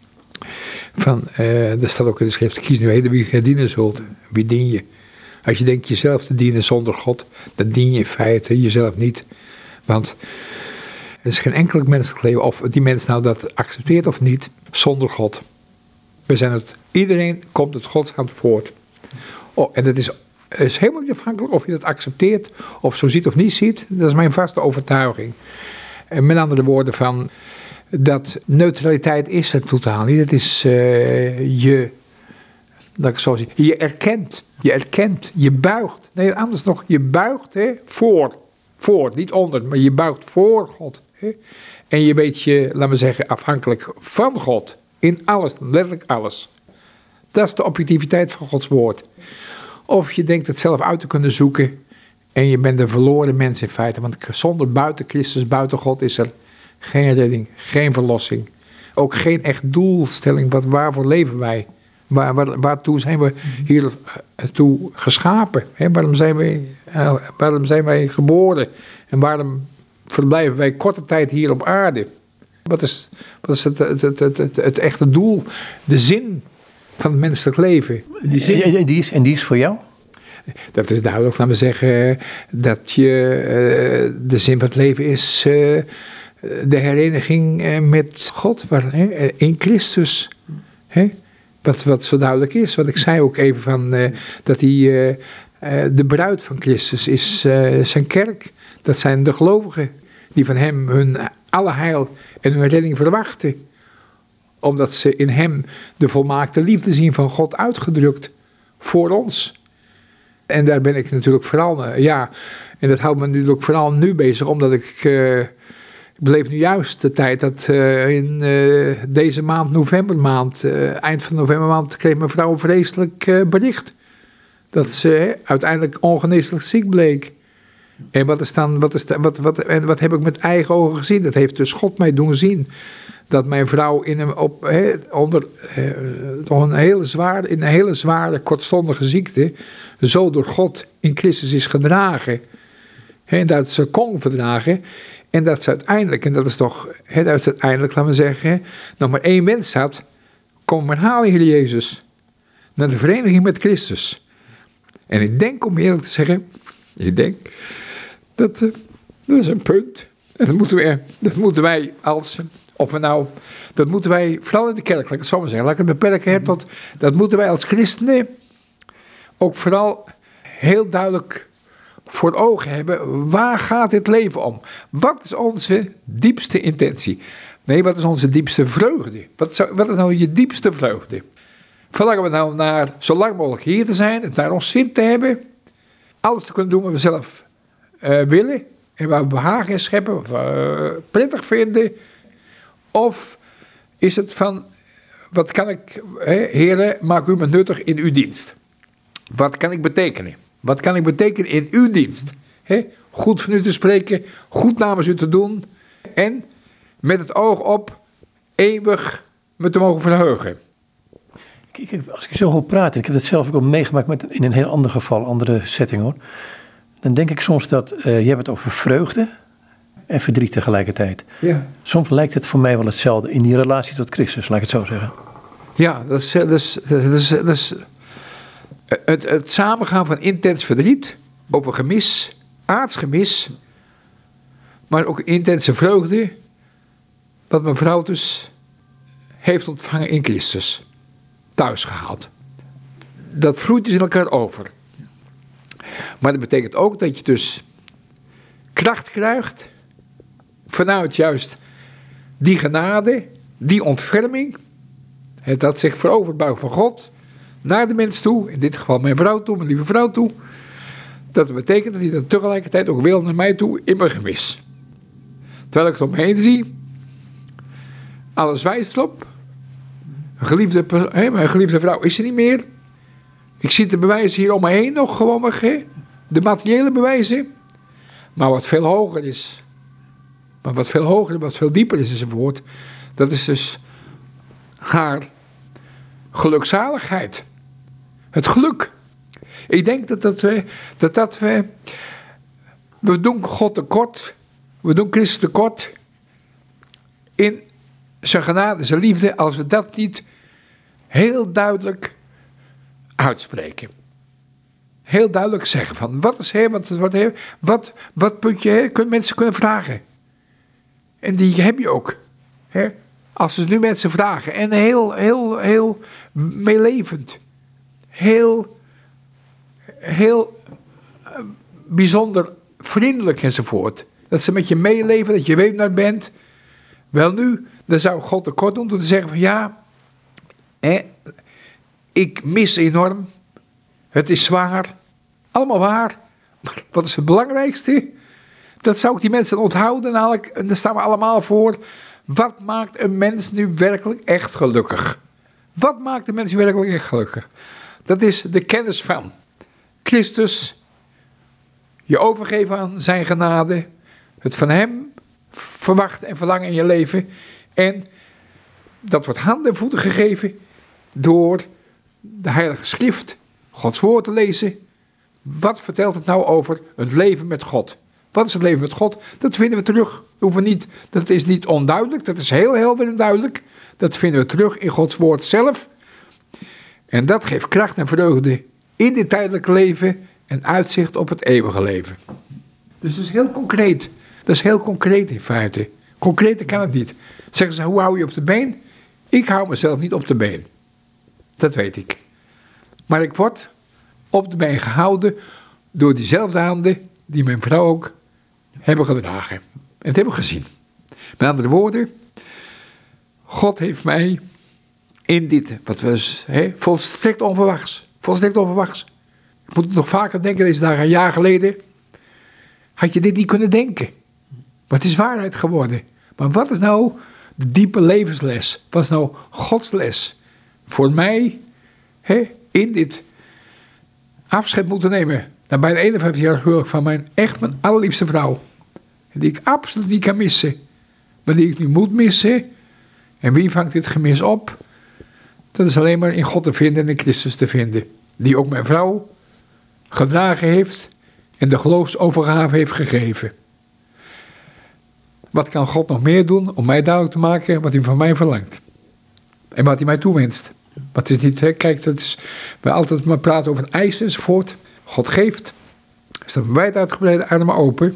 van uh, er staat ook in de schrift, kies nu heden wie je dienen zult. Wie dien je? Als je denkt jezelf te dienen zonder God, dan dien je in feite jezelf niet. Want er is geen enkel menselijk leven, of die mens nou dat accepteert of niet, zonder God. We zijn het, iedereen komt uit Gods hand voort. Oh, en het is, het is helemaal niet afhankelijk of je dat accepteert, of zo ziet of niet ziet. Dat is mijn vaste overtuiging. En met andere woorden van, dat neutraliteit is het totaal niet. Het is uh, je, dat ik zo zie, je erkent, je erkent, je buigt. Nee, anders nog, je buigt hè, voor, voor, niet onder, maar je buigt voor God. Hè. En je weet je, laten we zeggen, afhankelijk van God. In alles, letterlijk alles. Dat is de objectiviteit van Gods woord. Of je denkt het zelf uit te kunnen zoeken en je bent een verloren mens in feite. Want zonder buiten Christus, buiten God is er geen redding, geen verlossing. Ook geen echt doelstelling, wat, waarvoor leven wij? Waar, waar, waartoe zijn we hier toe geschapen? Hè? Waarom zijn wij, uh, waarom zijn wij geboren? En waarom verblijven wij korte tijd hier op aarde? Wat is, wat is het, het, het, het, het, het echte doel, de zin van het menselijk leven? Die zin. En, die is, en die is voor jou? dat is duidelijk, laten we zeggen, dat je, uh, de zin van het leven is uh, de hereniging uh, met God, waar, hè, in Christus. Hè? Wat, wat zo duidelijk is, wat ik zei ook even van, uh, dat hij uh, uh, de bruid van Christus is, uh, zijn kerk. Dat zijn de gelovigen die van hem hun alle heil en hun redding verwachten. Omdat ze in hem de volmaakte liefde zien van God uitgedrukt voor ons. En daar ben ik natuurlijk vooral, uh, ja, en dat houdt me natuurlijk vooral nu bezig, omdat ik, uh, ik beleef nu juist de tijd dat uh, in uh, deze maand, novembermaand, uh, eind van novembermaand, kreeg mijn vrouw een vreselijk uh, bericht. Dat ze uh, uiteindelijk ongeneeslijk ziek bleek. En wat is dan, wat is dan, wat, wat, en wat heb ik met eigen ogen gezien? Dat heeft dus God mij doen zien. Dat mijn vrouw in een, op, he, onder he, een hele zware, in een hele zware, kortstondige ziekte, zo door God in Christus is gedragen. He, en dat ze kon verdragen. En dat ze uiteindelijk, en dat is toch, he, dat ze uiteindelijk, laten we zeggen, nog maar één wens had. Kom maar halen, Heer Jezus. Naar de vereniging met Christus. En ik denk, om eerlijk te zeggen, ik denk, dat, uh, dat is een punt. En dat moeten, we, dat moeten wij als, of we nou, dat moeten wij, vooral in de kerk, laat ik het zo maar zeggen, laat ik het beperken, hè, tot, dat moeten wij als christenen ook vooral heel duidelijk voor ogen hebben. Waar gaat dit leven om? Wat is onze diepste intentie? Nee, wat is onze diepste vreugde? Wat is, wat is nou je diepste vreugde? Verlangen we nou naar zo lang mogelijk hier te zijn, het naar ons zin te hebben, alles te kunnen doen wat we zelf uh, willen en waar we behagen in scheppen, of uh, prettig vinden? Of is het van, wat kan ik, hè, heren, maak u me nuttig in uw dienst? Wat kan ik betekenen? Wat kan ik betekenen in uw dienst? Hè? Goed van u te spreken, goed namens u te doen en met het oog op eeuwig me te mogen verheugen. Kijk, als ik zo hoor praten, ik heb het zelf ook al meegemaakt met, in een heel ander geval, andere setting hoor. Dan denk ik soms dat, uh, je hebt het over vreugde en verdriet tegelijkertijd. Ja. Soms lijkt het voor mij wel hetzelfde in die relatie tot Christus, laat ik het zo zeggen. Ja, dat is, dat is, dat is, dat is het, het samengaan van intens verdriet, over gemis, aardsgemis, maar ook intense vreugde, wat mijn vrouw dus heeft ontvangen in Christus, thuis gehaald. Dat vloeit dus in elkaar over. Maar dat betekent ook dat je dus kracht krijgt vanuit juist die genade, die ontferming, dat zich veroverbuigt van God naar de mens toe, in dit geval mijn vrouw toe, mijn lieve vrouw toe. Dat betekent dat hij dat tegelijkertijd ook wil naar mij toe in mijn gemis. Terwijl ik het om me heen zie, alles wijst erop. Een geliefde, hè, mijn geliefde vrouw is er niet meer. Ik zie de bewijzen hier om me heen nog gewoon, hè, de materiële bewijzen. Maar wat veel hoger is, maar wat veel hoger en wat veel dieper is enzovoort, dat is dus haar gelukzaligheid. Het geluk. Ik denk dat dat we, dat, dat we, we doen God tekort, we doen Christus tekort in zijn genade, zijn liefde, als we dat niet heel duidelijk uitspreken. Heel duidelijk zeggen van, wat is Heer, wat, wat, Heer, wat, wat moet je, Heer, kunnen mensen kunnen vragen. En die heb je ook. Hè? Als dus nu mensen vragen, en heel, heel, heel meelevend, heel, heel uh, bijzonder vriendelijk enzovoort. Dat ze met je meeleven, dat je weet naar bent. Wel nu, dan zou God tekort doen door te zeggen van ja, hè, ik mis enorm, het is zwaar, allemaal waar, maar wat is het belangrijkste? Dat zou ik die mensen onthouden en daar staan we allemaal voor. Wat maakt een mens nu werkelijk echt gelukkig? Wat maakt een mens nu werkelijk echt gelukkig? Dat is de kennis van Christus, je overgeven aan zijn genade, het van hem verwachten en verlangen in je leven. En dat wordt handen en voeten gegeven door de Heilige Schrift, Gods woord te lezen. Wat vertelt het nou over het leven met God? Wat is het leven met God? Dat vinden we terug. Dat, hoeven niet, dat is niet onduidelijk, dat is heel helder en duidelijk. Dat vinden we terug in Gods woord zelf. En dat geeft kracht en vreugde in dit tijdelijke leven en uitzicht op het eeuwige leven. Dus dat is heel concreet. Dat is heel concreet in feite. Concreter kan het niet. Zeggen ze, hoe hou je op de been? Ik hou mezelf niet op de been. Dat weet ik. Maar ik word op de been gehouden door diezelfde handen die mijn vrouw ook hebben gedragen. En het hebben gezien. Met andere woorden, God heeft mij in dit, wat was, he, volstrekt onverwachts. Volstrekt onverwachts. Ik moet nog vaker denken, deze dagen, een jaar geleden, had je dit niet kunnen denken. Maar het is waarheid geworden. Maar wat is nou de diepe levensles? Wat is nou Gods les? Voor mij, he, in dit afscheid moeten nemen. Na bijna eenenvijftig jaar huwelijk van mijn, echt mijn allerliefste vrouw. Die ik absoluut niet kan missen. Maar die ik nu moet missen. En wie vangt dit gemis op? Dat is alleen maar in God te vinden en in Christus te vinden. Die ook mijn vrouw gedragen heeft en de geloofsovergave heeft gegeven. Wat kan God nog meer doen om mij duidelijk te maken wat hij van mij verlangt? En wat hij mij toewenst. Want het is niet, hè, kijk, dat is, we altijd maar praten over het eisen enzovoort. God geeft. Er staan wijd uitgebreide armen open.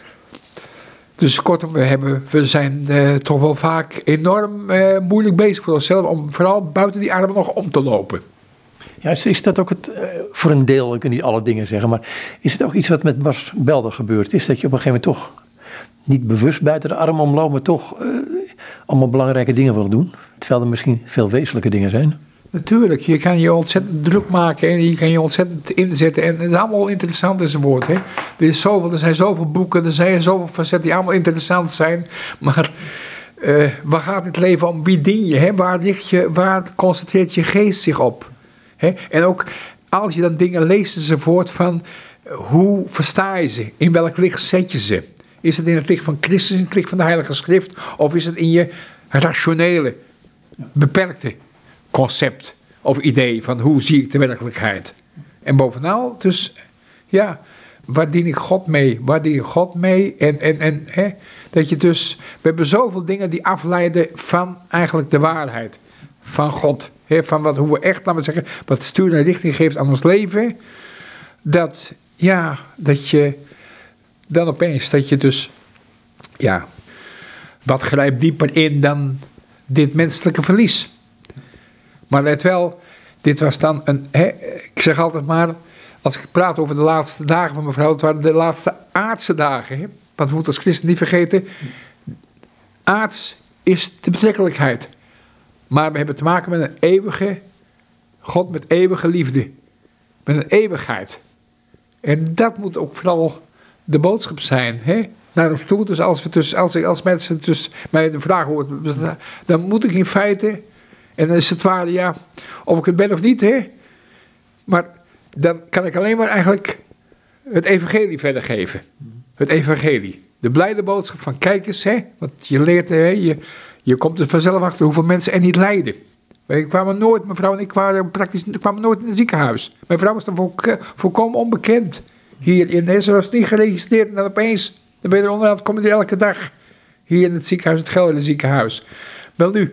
Dus kortom, we, hebben, we zijn uh, toch wel vaak enorm uh, moeilijk bezig voor onszelf om vooral buiten die armen nog om te lopen. Ja, is, is dat ook het, uh, voor een deel, ik kan niet alle dingen zeggen, maar is het ook iets wat met Bas Belder gebeurd is? Dat je op een gegeven moment toch niet bewust buiten de arm omloopt, maar toch uh, allemaal belangrijke dingen wil doen? Terwijl er misschien veel wezenlijke dingen zijn. Natuurlijk, je kan je ontzettend druk maken en je kan je ontzettend inzetten. En het is allemaal interessant enzovoort. Hè? Er, is zoveel, er zijn zoveel boeken, er zijn zoveel facetten die allemaal interessant zijn. Maar uh, waar gaat het leven om? Wie dien je? Hè? Waar, ligt je? Waar concentreert je geest zich op? Hè? En ook als je dan dingen leest enzovoort van hoe versta je ze? In welk licht zet je ze? Is het in het licht van Christus, in het licht van de Heilige Schrift? Of is het in je rationele, beperkte concept of idee van hoe zie ik de werkelijkheid? En bovenal, dus ja, waar dien ik God mee? Waar dien ik God mee? En, en, en hè, dat je dus, we hebben zoveel dingen die afleiden van eigenlijk de waarheid. Van God. Hè, van wat, hoe we echt, laten we zeggen, wat stuur en richting geeft aan ons leven. Dat, ja, dat je dan opeens, dat je dus, ja, wat grijpt dieper in dan dit menselijke verlies. Maar let wel, dit was dan een, hè, ik zeg altijd maar, als ik praat over de laatste dagen van mevrouw, het waren de laatste aardse dagen. Hè? Want we moeten als christen niet vergeten, aards is de betrekkelijkheid. Maar we hebben te maken met een eeuwige God, met eeuwige liefde. Met een eeuwigheid. En dat moet ook vooral de boodschap zijn. Hè? Naar ons toe, dus als, we dus, als, als mensen dus mij de vraag horen, dan moet ik in feite, en dan is het waar, ja, of ik het ben of niet, hè? Maar dan kan ik alleen maar eigenlijk het evangelie verder geven. Het evangelie. De blijde boodschap van kijk eens, hè, want je leert, hè, je, je komt er vanzelf achter hoeveel mensen er niet lijden. Wij kwamen nooit, mijn vrouw en ik waren praktisch, kwamen nooit in het ziekenhuis. Mijn vrouw was dan vol, volkomen onbekend. Hier in, hè, ze was niet geregistreerd en dan opeens, dan ben je er onderaan, kom je er elke dag. Hier in het ziekenhuis, het Gelderse ziekenhuis. Wel nu,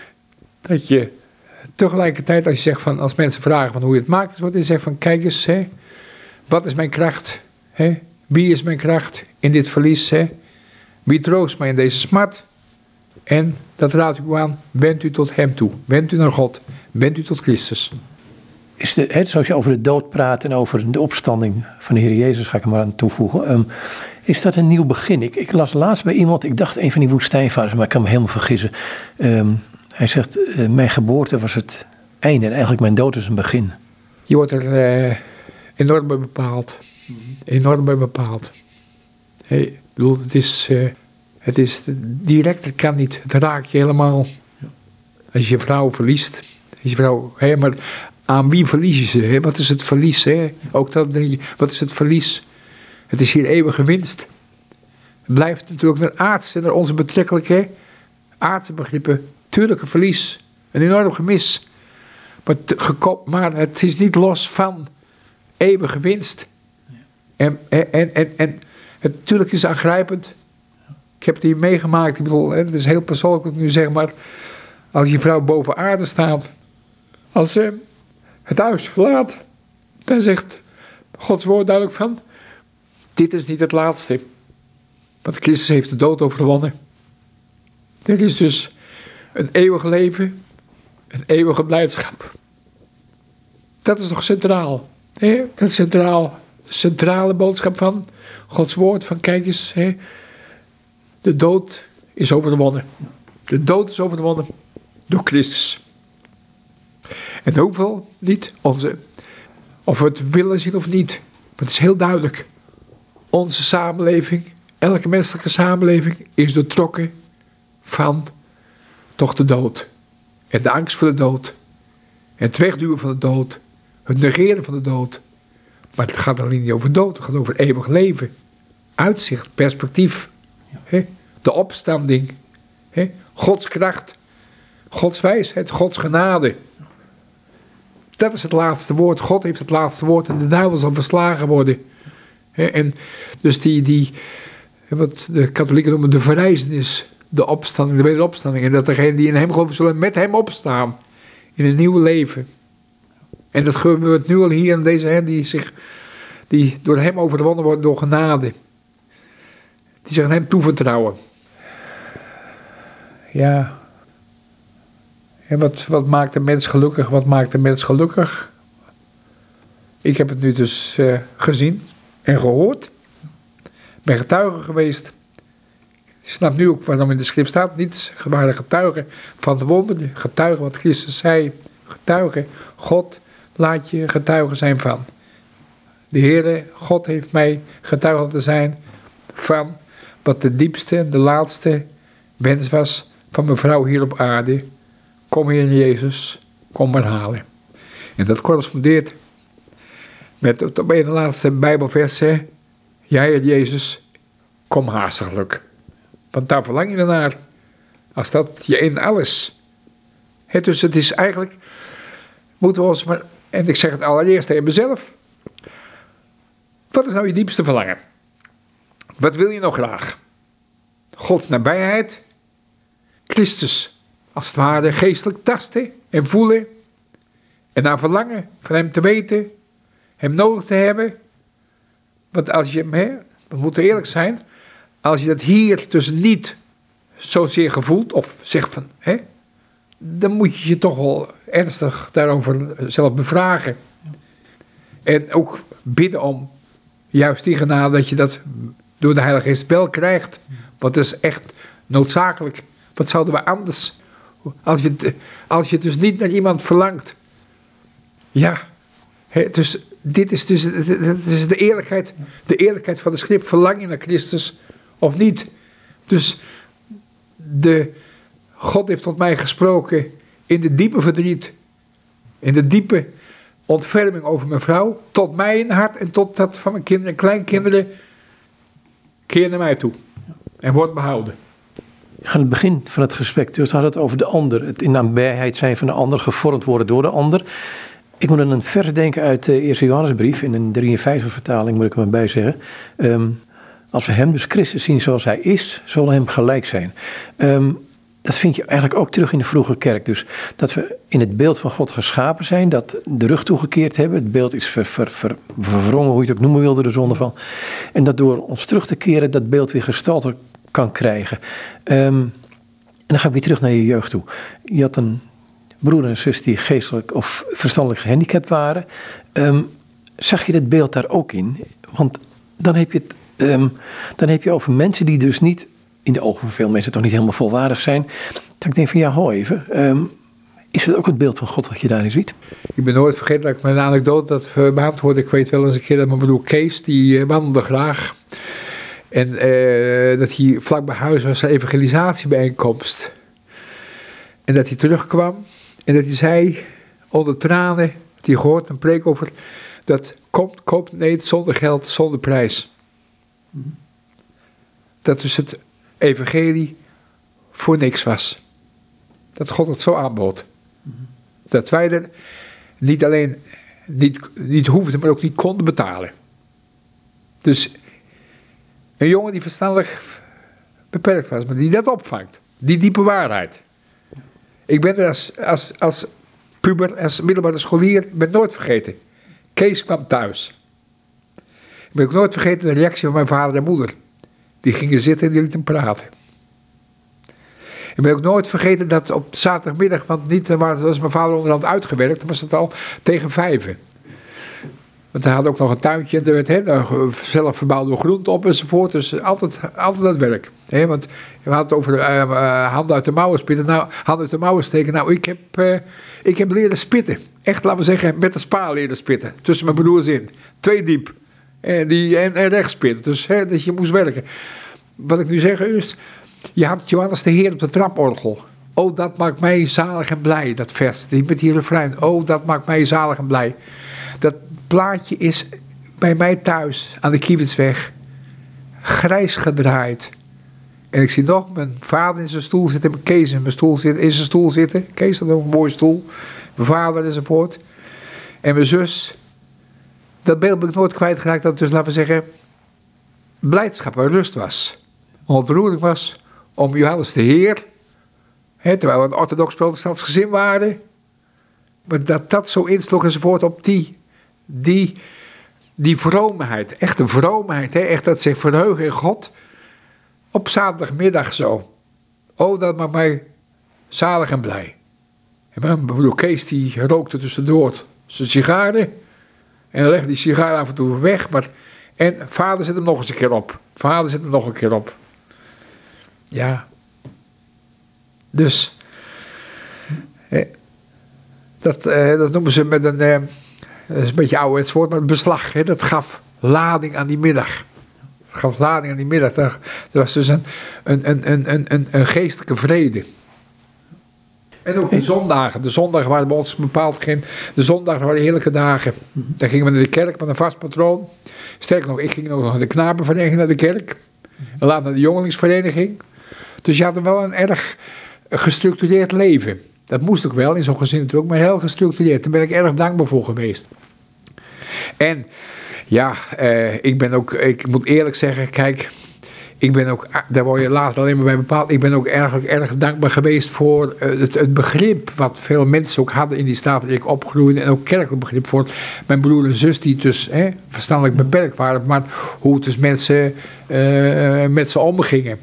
dat je tegelijkertijd als je zegt van, als mensen vragen van hoe je het maakt, wordt je zegt van kijk eens, hè, wat is mijn kracht? Hè? Wie is mijn kracht in dit verlies? Hè? Wie troost mij in deze smart? En dat raad ik u aan, wend u tot hem toe. Wend u naar God. Wend u tot Christus. Is de, hè, zoals je over de dood praat en over de opstanding van de Heer Jezus, ga ik er maar aan toevoegen. Um, is dat een nieuw begin? Ik, ik las laatst bij iemand, ik dacht een van die woestijnvaders, maar ik kan me helemaal vergissen. Um, hij zegt, uh, mijn geboorte was het einde en eigenlijk mijn dood is een begin. Je wordt er uh, enorm bij bepaald. Enorm bij bepaald. Hey, ik bedoel, het is, uh, het is direct, het kan niet. Het raakt je helemaal. Als je je vrouw verliest. Als je vrouw, hey, maar aan wie verlies je ze? Hè? Wat is het verlies? Hè? Ook dat denk je, wat is het verlies? Het is hier eeuwige winst. Het blijft natuurlijk naar aardse, naar onze betrekkelijke aardse begrippen. Tuurlijke verlies. Een enorm gemis. Maar, te, maar het is niet los van eeuwige winst. En, en, en, en het, natuurlijk is het aangrijpend. Ik heb het hier meegemaakt. Ik bedoel, het is heel persoonlijk wat ik nu zeg, maar als je vrouw boven aarde staat, als ze het huis verlaat, dan zegt Gods woord duidelijk van, dit is niet het laatste. Want Christus heeft de dood overwonnen. Dit is dus een eeuwig leven, een eeuwige blijdschap. Dat is toch centraal. Hè? Dat is centraal. De centrale boodschap van Gods woord. Van kijk eens, hè? De dood is overwonnen. De dood is overwonnen door Christus. En hoeveel niet onze, of we het willen zien of niet. Maar het is heel duidelijk. Onze samenleving, elke menselijke samenleving is doortrokken van toch de dood. En de angst voor de dood. En het wegduwen van de dood. Het negeren van de dood. Maar het gaat alleen niet over dood. Het gaat over eeuwig leven. Uitzicht, perspectief. Ja. He? De opstanding. He? Gods kracht. Gods wijsheid. Gods genade. Dat is het laatste woord. God heeft het laatste woord. En de duivel zal verslagen worden. He? En dus die, die, wat de katholieken noemen de verrijzenis. De opstanding, de wederopstanding. En dat degenen die in hem geloven zullen met hem opstaan. In een nieuw leven. En dat gebeurt nu al hier in deze hè, die, zich, die door hem overwonnen wordt door genade. Die zich aan hem toevertrouwen. Ja. En wat, wat maakt de mens gelukkig? Wat maakt de mens gelukkig? Ik heb het nu dus uh, gezien en gehoord. Ben getuige geweest. Ik snap nu ook waarom in de schrift staat. Niet waren getuigen van de wonderen. Getuigen wat Christus zei. Getuigen. God laat je getuige zijn van. De Heere, God heeft mij getuige te zijn van wat de diepste, de laatste wens was van mijn vrouw hier op aarde. Kom Heer Jezus, kom maar halen. En dat correspondeert met het op een laatste Bijbelvers. Hè? Ja, Heer Jezus, kom haastiglijk. Want daar verlang je ernaar. Als dat je in alles. He, dus het is eigenlijk, moeten we ons maar, en ik zeg het allereerst tegen mezelf. Wat is nou je diepste verlangen? Wat wil je nou graag? Gods nabijheid. Christus, als het ware, geestelijk tasten en voelen. En naar verlangen van hem te weten. Hem nodig te hebben. Want als je hem, hè, we moeten eerlijk zijn. Als je dat hier dus niet zozeer gevoelt. Of zegt van, hè. Dan moet je je toch wel ernstig daarover zelf bevragen. En ook bidden om juist die genade dat je dat door de Heilige Geest wel krijgt. Want dat is echt noodzakelijk. Wat zouden we anders, als je, als je dus niet naar iemand verlangt. Ja, he, dus dit is dus dit is de eerlijkheid, de eerlijkheid van de schrift. Verlang je naar Christus of niet? Dus de, God heeft tot mij gesproken in de diepe verdriet, in de diepe ontferming over mijn vrouw, tot mij in hart en tot dat van mijn kinderen en kleinkinderen. Keer naar mij toe en word behouden. Aan het begin van het gesprek, dus had het over de ander. Het in nabijheid zijn van de ander, gevormd worden door de ander. Ik moet aan een vers denken uit de Eerste Johannesbrief, in een drieënvijftig vertaling moet ik er maar bij zeggen. Um, als we hem, dus Christus, zien zoals hij is, zullen we hem gelijk zijn. Um, dat vind je eigenlijk ook terug in de vroege kerk. Dus dat we in het beeld van God geschapen zijn, dat de rug toegekeerd hebben. Het beeld is ver, ver, ver, verwrongen, hoe je het ook noemen wilde, de zonde van. En dat door ons terug te keren, dat beeld weer gestalte kan krijgen. Um, en dan ga ik weer terug naar je jeugd toe. Je had een broer en zus die geestelijk of verstandelijk gehandicapt waren. Um, zag je dat beeld daar ook in? Want dan heb je het, um, dan heb je over mensen die dus niet, in de ogen van veel mensen toch niet helemaal volwaardig zijn. Dat ik denk van ja, ho even. Um, is het ook het beeld van God wat je daarin ziet? Ik ben nooit vergeten dat ik mijn anekdote dat behandeld wordt. Ik weet wel eens een keer dat mijn broer Kees, die uh, wandelde graag. En uh, dat hij vlak bij huis was een evangelisatiebijeenkomst. En dat hij terugkwam. En dat hij zei, onder tranen, dat hij gehoord een preek over, dat komt, koopt nee, zonder geld, zonder prijs. Dat dus het evangelie voor niks was. Dat God het zo aanbood. Dat wij er niet alleen niet, niet hoefden, maar ook niet konden betalen. Dus een jongen die verstandelijk beperkt was, maar die dat opvangt. Die diepe waarheid. Ik ben er als, als, als puber, als middelbare scholier, ben nooit vergeten. Kees kwam thuis. Ik ben ook nooit vergeten de reactie van mijn vader en moeder. Die gingen zitten en die lieten praten. Ik ben ook nooit vergeten dat op zaterdagmiddag, want niet was mijn vader onderhand uitgewerkt, dan was het al tegen vijven. Want hij had ook nog een tuintje, er werd he, zelf verbouwde groente op enzovoort, dus altijd, altijd aan het werk. He, want we hadden het over uh, uh, handen uit de mouwen spitten, nou, handen uit de mouwen steken. Nou, ik heb, uh, ik heb leren spitten. Echt, laten we zeggen, met de spa leren spitten. Tussen mijn broers in. Twee diep. En, die, en, en rechts spitten. Dus he, dat je moest werken. Wat ik nu zeg is, je had Johannes de Heer op de traporgel. Oh, dat maakt mij zalig en blij, dat vers. Die met die refrein. Oh, dat maakt mij zalig en blij. Dat plaatje is bij mij thuis aan de Kiewietsweg grijs gedraaid. En ik zie nog mijn vader in zijn stoel zitten, mijn Kees in, mijn stoel zitten, in zijn stoel zitten. Kees had ook een mooie stoel. Mijn vader enzovoort. En mijn zus. Dat beeld ben ik nooit kwijtgeraakt, dat het dus, laten we zeggen, blijdschap en rust was. Ontroerend was om Johannes de Heer, hè, terwijl we een orthodox protestants gezin waren, maar dat dat zo insloeg enzovoort op die, die, die vroomheid, echt een vroomheid, hè, echt dat zich verheugen in God, op zaterdagmiddag zo. Oh, dat maakt mij zalig en blij. En mijn broer Kees die rookte tussendoor zijn sigaren en legde die sigaar af en toe weg, maar en vader zet hem nog eens een keer op. Vader zet hem nog een keer op. Ja. Dus. Eh, dat, eh, dat noemen ze met een. Eh, dat is een beetje ouderwets woord, maar een beslag. Hè, dat gaf lading aan die middag. Dat gaf lading aan die middag. Dat, dat was dus een, een, een, een, een, een geestelijke vrede. En ook de zondagen. De zondagen waren bij ons bepaald geen. De zondagen waren heerlijke dagen. Dan gingen we naar de kerk met een vast patroon. Sterker nog, ik ging nog naar de knapenvereniging naar de kerk. En later naar de jongelingsvereniging. Dus je had er wel een erg gestructureerd leven. Dat moest ook wel, in zo'n gezin natuurlijk, maar heel gestructureerd. Daar ben ik erg dankbaar voor geweest. En ja, eh, ik ben ook, ik moet eerlijk zeggen, kijk, ik ben ook, daar word je later alleen maar bij bepaald, ik ben ook erg, erg dankbaar geweest voor het, het begrip wat veel mensen ook hadden in die staat waar ik opgroeide en ook kerkelijk begrip voor mijn broer en zus die dus hè, verstandelijk beperkt waren, maar hoe dus mensen uh, met ze omgingen.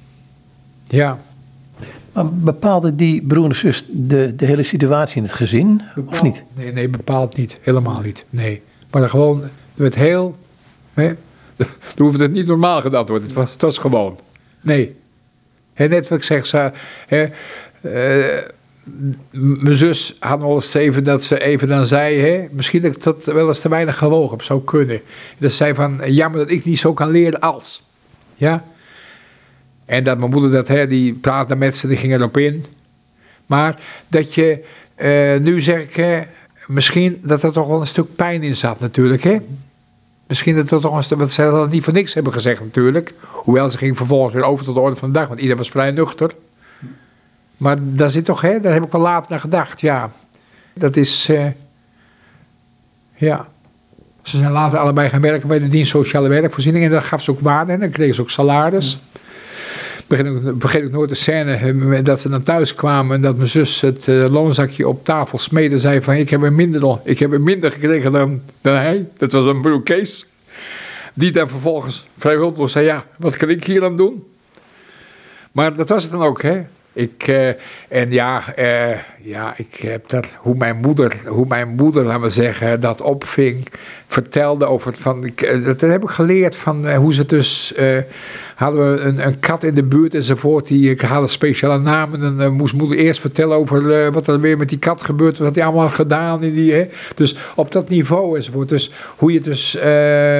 Ja. Maar bepaalde die broer en zus de, de hele situatie in het gezin, bepaald, of niet? Nee, nee, bepaald niet. Helemaal niet. Nee. Maar gewoon, het werd heel, hè, er hoefde het niet normaal gedaan te worden. Het was, het was gewoon. Nee. He, net wat ik zeg, ze, he, uh, mijn zus had wel eens even dat ze even dan zei, he, misschien dat ik dat wel eens te weinig gewogen heb, zou kunnen. Dat ze zei van, jammer dat ik niet zo kan leren als. Ja. En dat mijn moeder dat, hè, die praatte met ze, die ging erop in. Maar dat je, uh, nu zeg ik, hè, misschien dat er toch wel een stuk pijn in zat natuurlijk, hè. Misschien dat er toch een stuk, want ze hadden niet voor niks hebben gezegd natuurlijk. Hoewel ze ging vervolgens weer over tot de orde van de dag, want iedereen was vrij nuchter. Maar daar zit toch, hè, daar heb ik wel later naar gedacht, ja. Dat is, uh, ja. Ze zijn later allebei gaan werken bij de dienst sociale werkvoorziening en dat gaf ze ook waarde en dan kregen ze ook salaris. Vergeet ik nooit de scène dat ze dan thuis kwamen en dat mijn zus het uh, loonzakje op tafel smeedde en zei van ik heb er minder, ik heb er minder gekregen dan, dan hij. Dat was een broer Kees. Die dan vervolgens vrij hulpeloos zei ja, wat kan ik hier aan doen? Maar dat was het dan ook, hè. Ik, uh, en ja, uh, ja, ik heb daar, hoe mijn moeder, hoe mijn moeder, laten we zeggen, dat opving, vertelde over het van, ik, uh, dat heb ik geleerd van uh, hoe ze dus, uh, hadden we een, een kat in de buurt enzovoort, die ik hadden speciale namen en uh, moest moeder eerst vertellen over uh, wat er weer met die kat gebeurt, wat hij allemaal had gedaan. In die, hè. Dus op dat niveau enzovoort, dus hoe je dus, uh,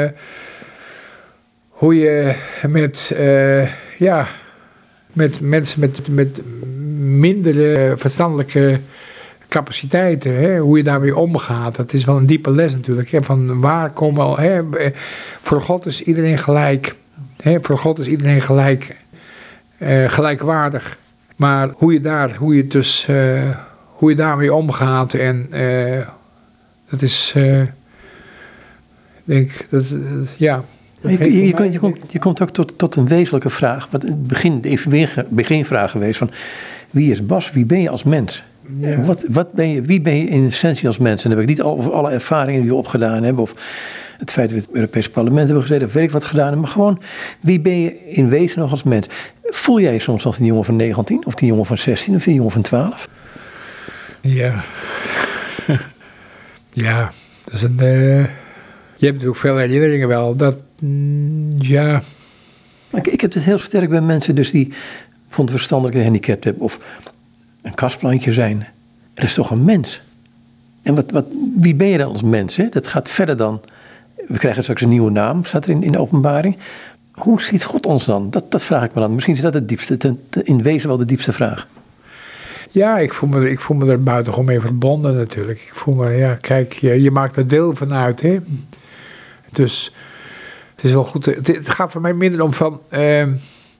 hoe je met, uh, ja... met mensen met, met mindere verstandelijke capaciteiten, hè, hoe je daarmee omgaat. Dat is wel een diepe les natuurlijk. Hè, van waar komen al, hè, voor God is iedereen gelijk. Hè, voor God is iedereen gelijk, uh, gelijkwaardig. Maar hoe je, daar, hoe je, dus, uh, hoe je daarmee omgaat en uh, dat is, uh, ik denk, dat, uh, ja... Je, je, je, komt, je, komt, je komt ook tot, tot een wezenlijke vraag. Wat in het begin, de beginvraag geweest van wie is Bas, wie ben je als mens? Ja. Wat, wat ben je, wie ben je in essentie als mens? En dan heb ik niet over alle ervaringen die we opgedaan hebben, of het feit dat we in het Europese parlement hebben gezeten, of weet ik wat gedaan hebben, maar gewoon, wie ben je in wezen nog als mens? Voel jij je soms als die jongen van negentien, of die jongen van zestien, of die jongen van twaalf? Ja. Ja, dat is een... Uh, je hebt natuurlijk veel herinneringen wel. Dat, mm, ja... Ik, ik heb het heel sterk bij mensen dus die van verstandelijke handicap hebben, of een kastplantje zijn. Dat is toch een mens? En wat, wat, wie ben je dan als mens? Hè? Dat gaat verder dan... We krijgen straks een nieuwe naam, staat er in, in de openbaring. Hoe ziet God ons dan? Dat, dat vraag ik me dan. Misschien is dat het diepste, ten, in wezen wel de diepste vraag. Ja, ik voel me, ik voel me er buitengewoon mee verbonden natuurlijk. Ik voel me, ja, kijk, je, je maakt er deel van uit, hè. Dus het is wel goed. Het, het gaat voor mij minder om van... Uh,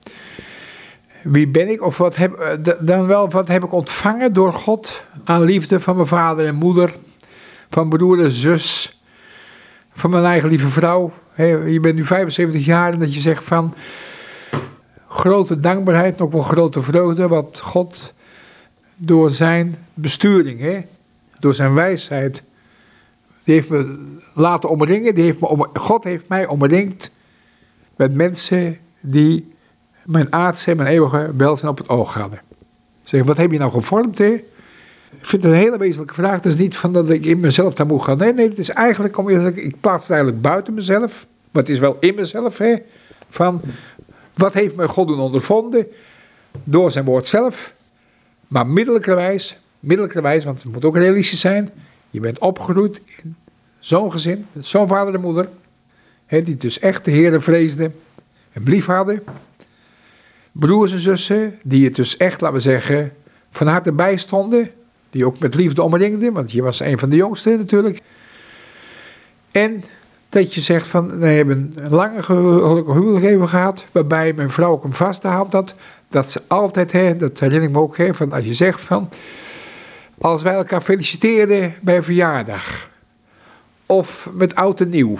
wie ben ik? Of wat heb, dan wel, wat heb ik ontvangen door God aan liefde van mijn vader en moeder, van broer en zus, van mijn eigen lieve vrouw. Hey, je bent nu vijfenzeventig jaar en dat je zegt van grote dankbaarheid en ook wel grote vreugde wat God door zijn besturing, hè, door zijn wijsheid, die heeft me laten omringen. Die heeft me om, God heeft mij omringd met mensen die mijn aardse en mijn eeuwige welzijn op het oog hadden. Zeg, wat heb je nou gevormd, hè? Ik vind het een hele wezenlijke vraag. Het is niet van dat ik in mezelf daar moet gaan. Nee, nee, het is eigenlijk, om, ik plaats het eigenlijk buiten mezelf. Maar het is wel in mezelf, hè. Van, wat heeft mij God doen ondervonden? Door zijn woord zelf. Maar middelijkerwijs, middelijkerwijs, want het moet ook realistisch zijn. Je bent opgegroeid in zo'n gezin, met zo'n vader en moeder. Hè, die dus echt de Heere vreesden en lief hadden. Broers en zussen, die het dus echt, laten we zeggen, van harte bijstonden. Die ook met liefde omringden, want je was een van de jongsten natuurlijk. En dat je zegt van, we hebben een lange huwelijk even gehad, waarbij mijn vrouw ook hem vastgehaald had. Dat ze altijd, hè, dat herinner ik me ook, hè, van als je zegt van, als wij elkaar feliciteerden bij een verjaardag, of met oud en nieuw,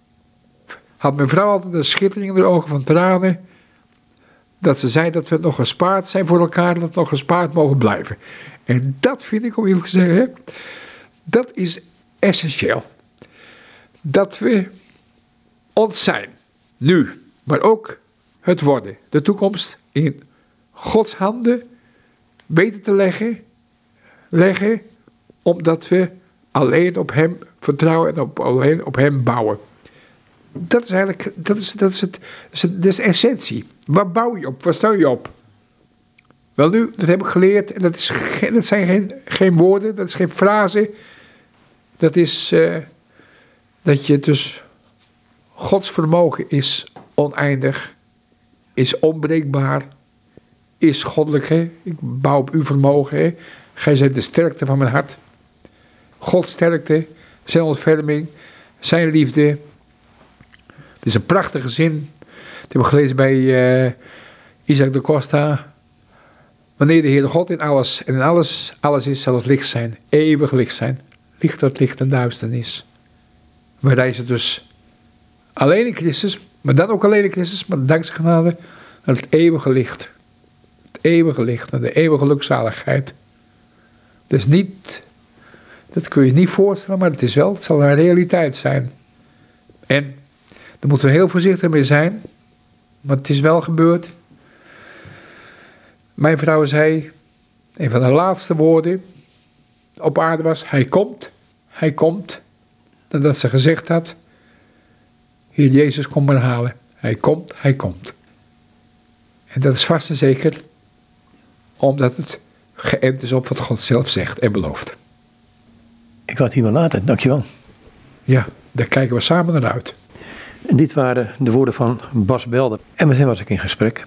had mijn vrouw altijd een schittering in de ogen van tranen, dat ze zei dat we nog gespaard zijn voor elkaar, dat we nog gespaard mogen blijven. En dat vind ik, om eerlijk te zeggen, hè, dat is essentieel. Dat we ons zijn, nu, maar ook het worden, de toekomst, in Gods handen weten te leggen, leggen, omdat we alleen op hem vertrouwen en op, alleen op hem bouwen. Dat is eigenlijk, dat is, dat is, het, dat is, het, dat is de essentie. Waar bouw je op? Waar steun je op? Wel nu, dat heb ik geleerd. En dat, is geen, dat zijn geen, geen woorden, dat is geen frase. Dat is uh, dat je dus... Gods vermogen is oneindig, is onbreekbaar, is goddelijk. Hè? Ik bouw op uw vermogen. Hè? Gij zijt de sterkte van mijn hart. Gods sterkte, zijn ontferming, zijn liefde. Het is een prachtige zin. Dat hebben we gelezen bij uh, Isaac de Costa. Wanneer de Heere God in alles en in alles, alles is, zal het licht zijn. Eeuwig licht zijn. Licht dat licht en duisternis. We reizen dus alleen in Christus, maar dan ook alleen in Christus, maar dankzij genade, naar het eeuwige licht. Het eeuwige licht, naar de eeuwige gelukzaligheid. Het is niet, dat kun je niet voorstellen, maar het is wel, het zal een realiteit zijn. En daar moeten we heel voorzichtig mee zijn, maar het is wel gebeurd. Mijn vrouw zei, een van de laatste woorden op aarde was, hij komt, hij komt. Nadat ze gezegd had, Heer Jezus, kom maar halen. Hij komt, hij komt. En dat is vast en zeker, omdat het geënt is op wat God zelf zegt en belooft. Ik wou het hier maar laten, dankjewel. Ja, daar kijken we samen naar uit. En dit waren de woorden van Bas Belder. En met hem was ik in gesprek.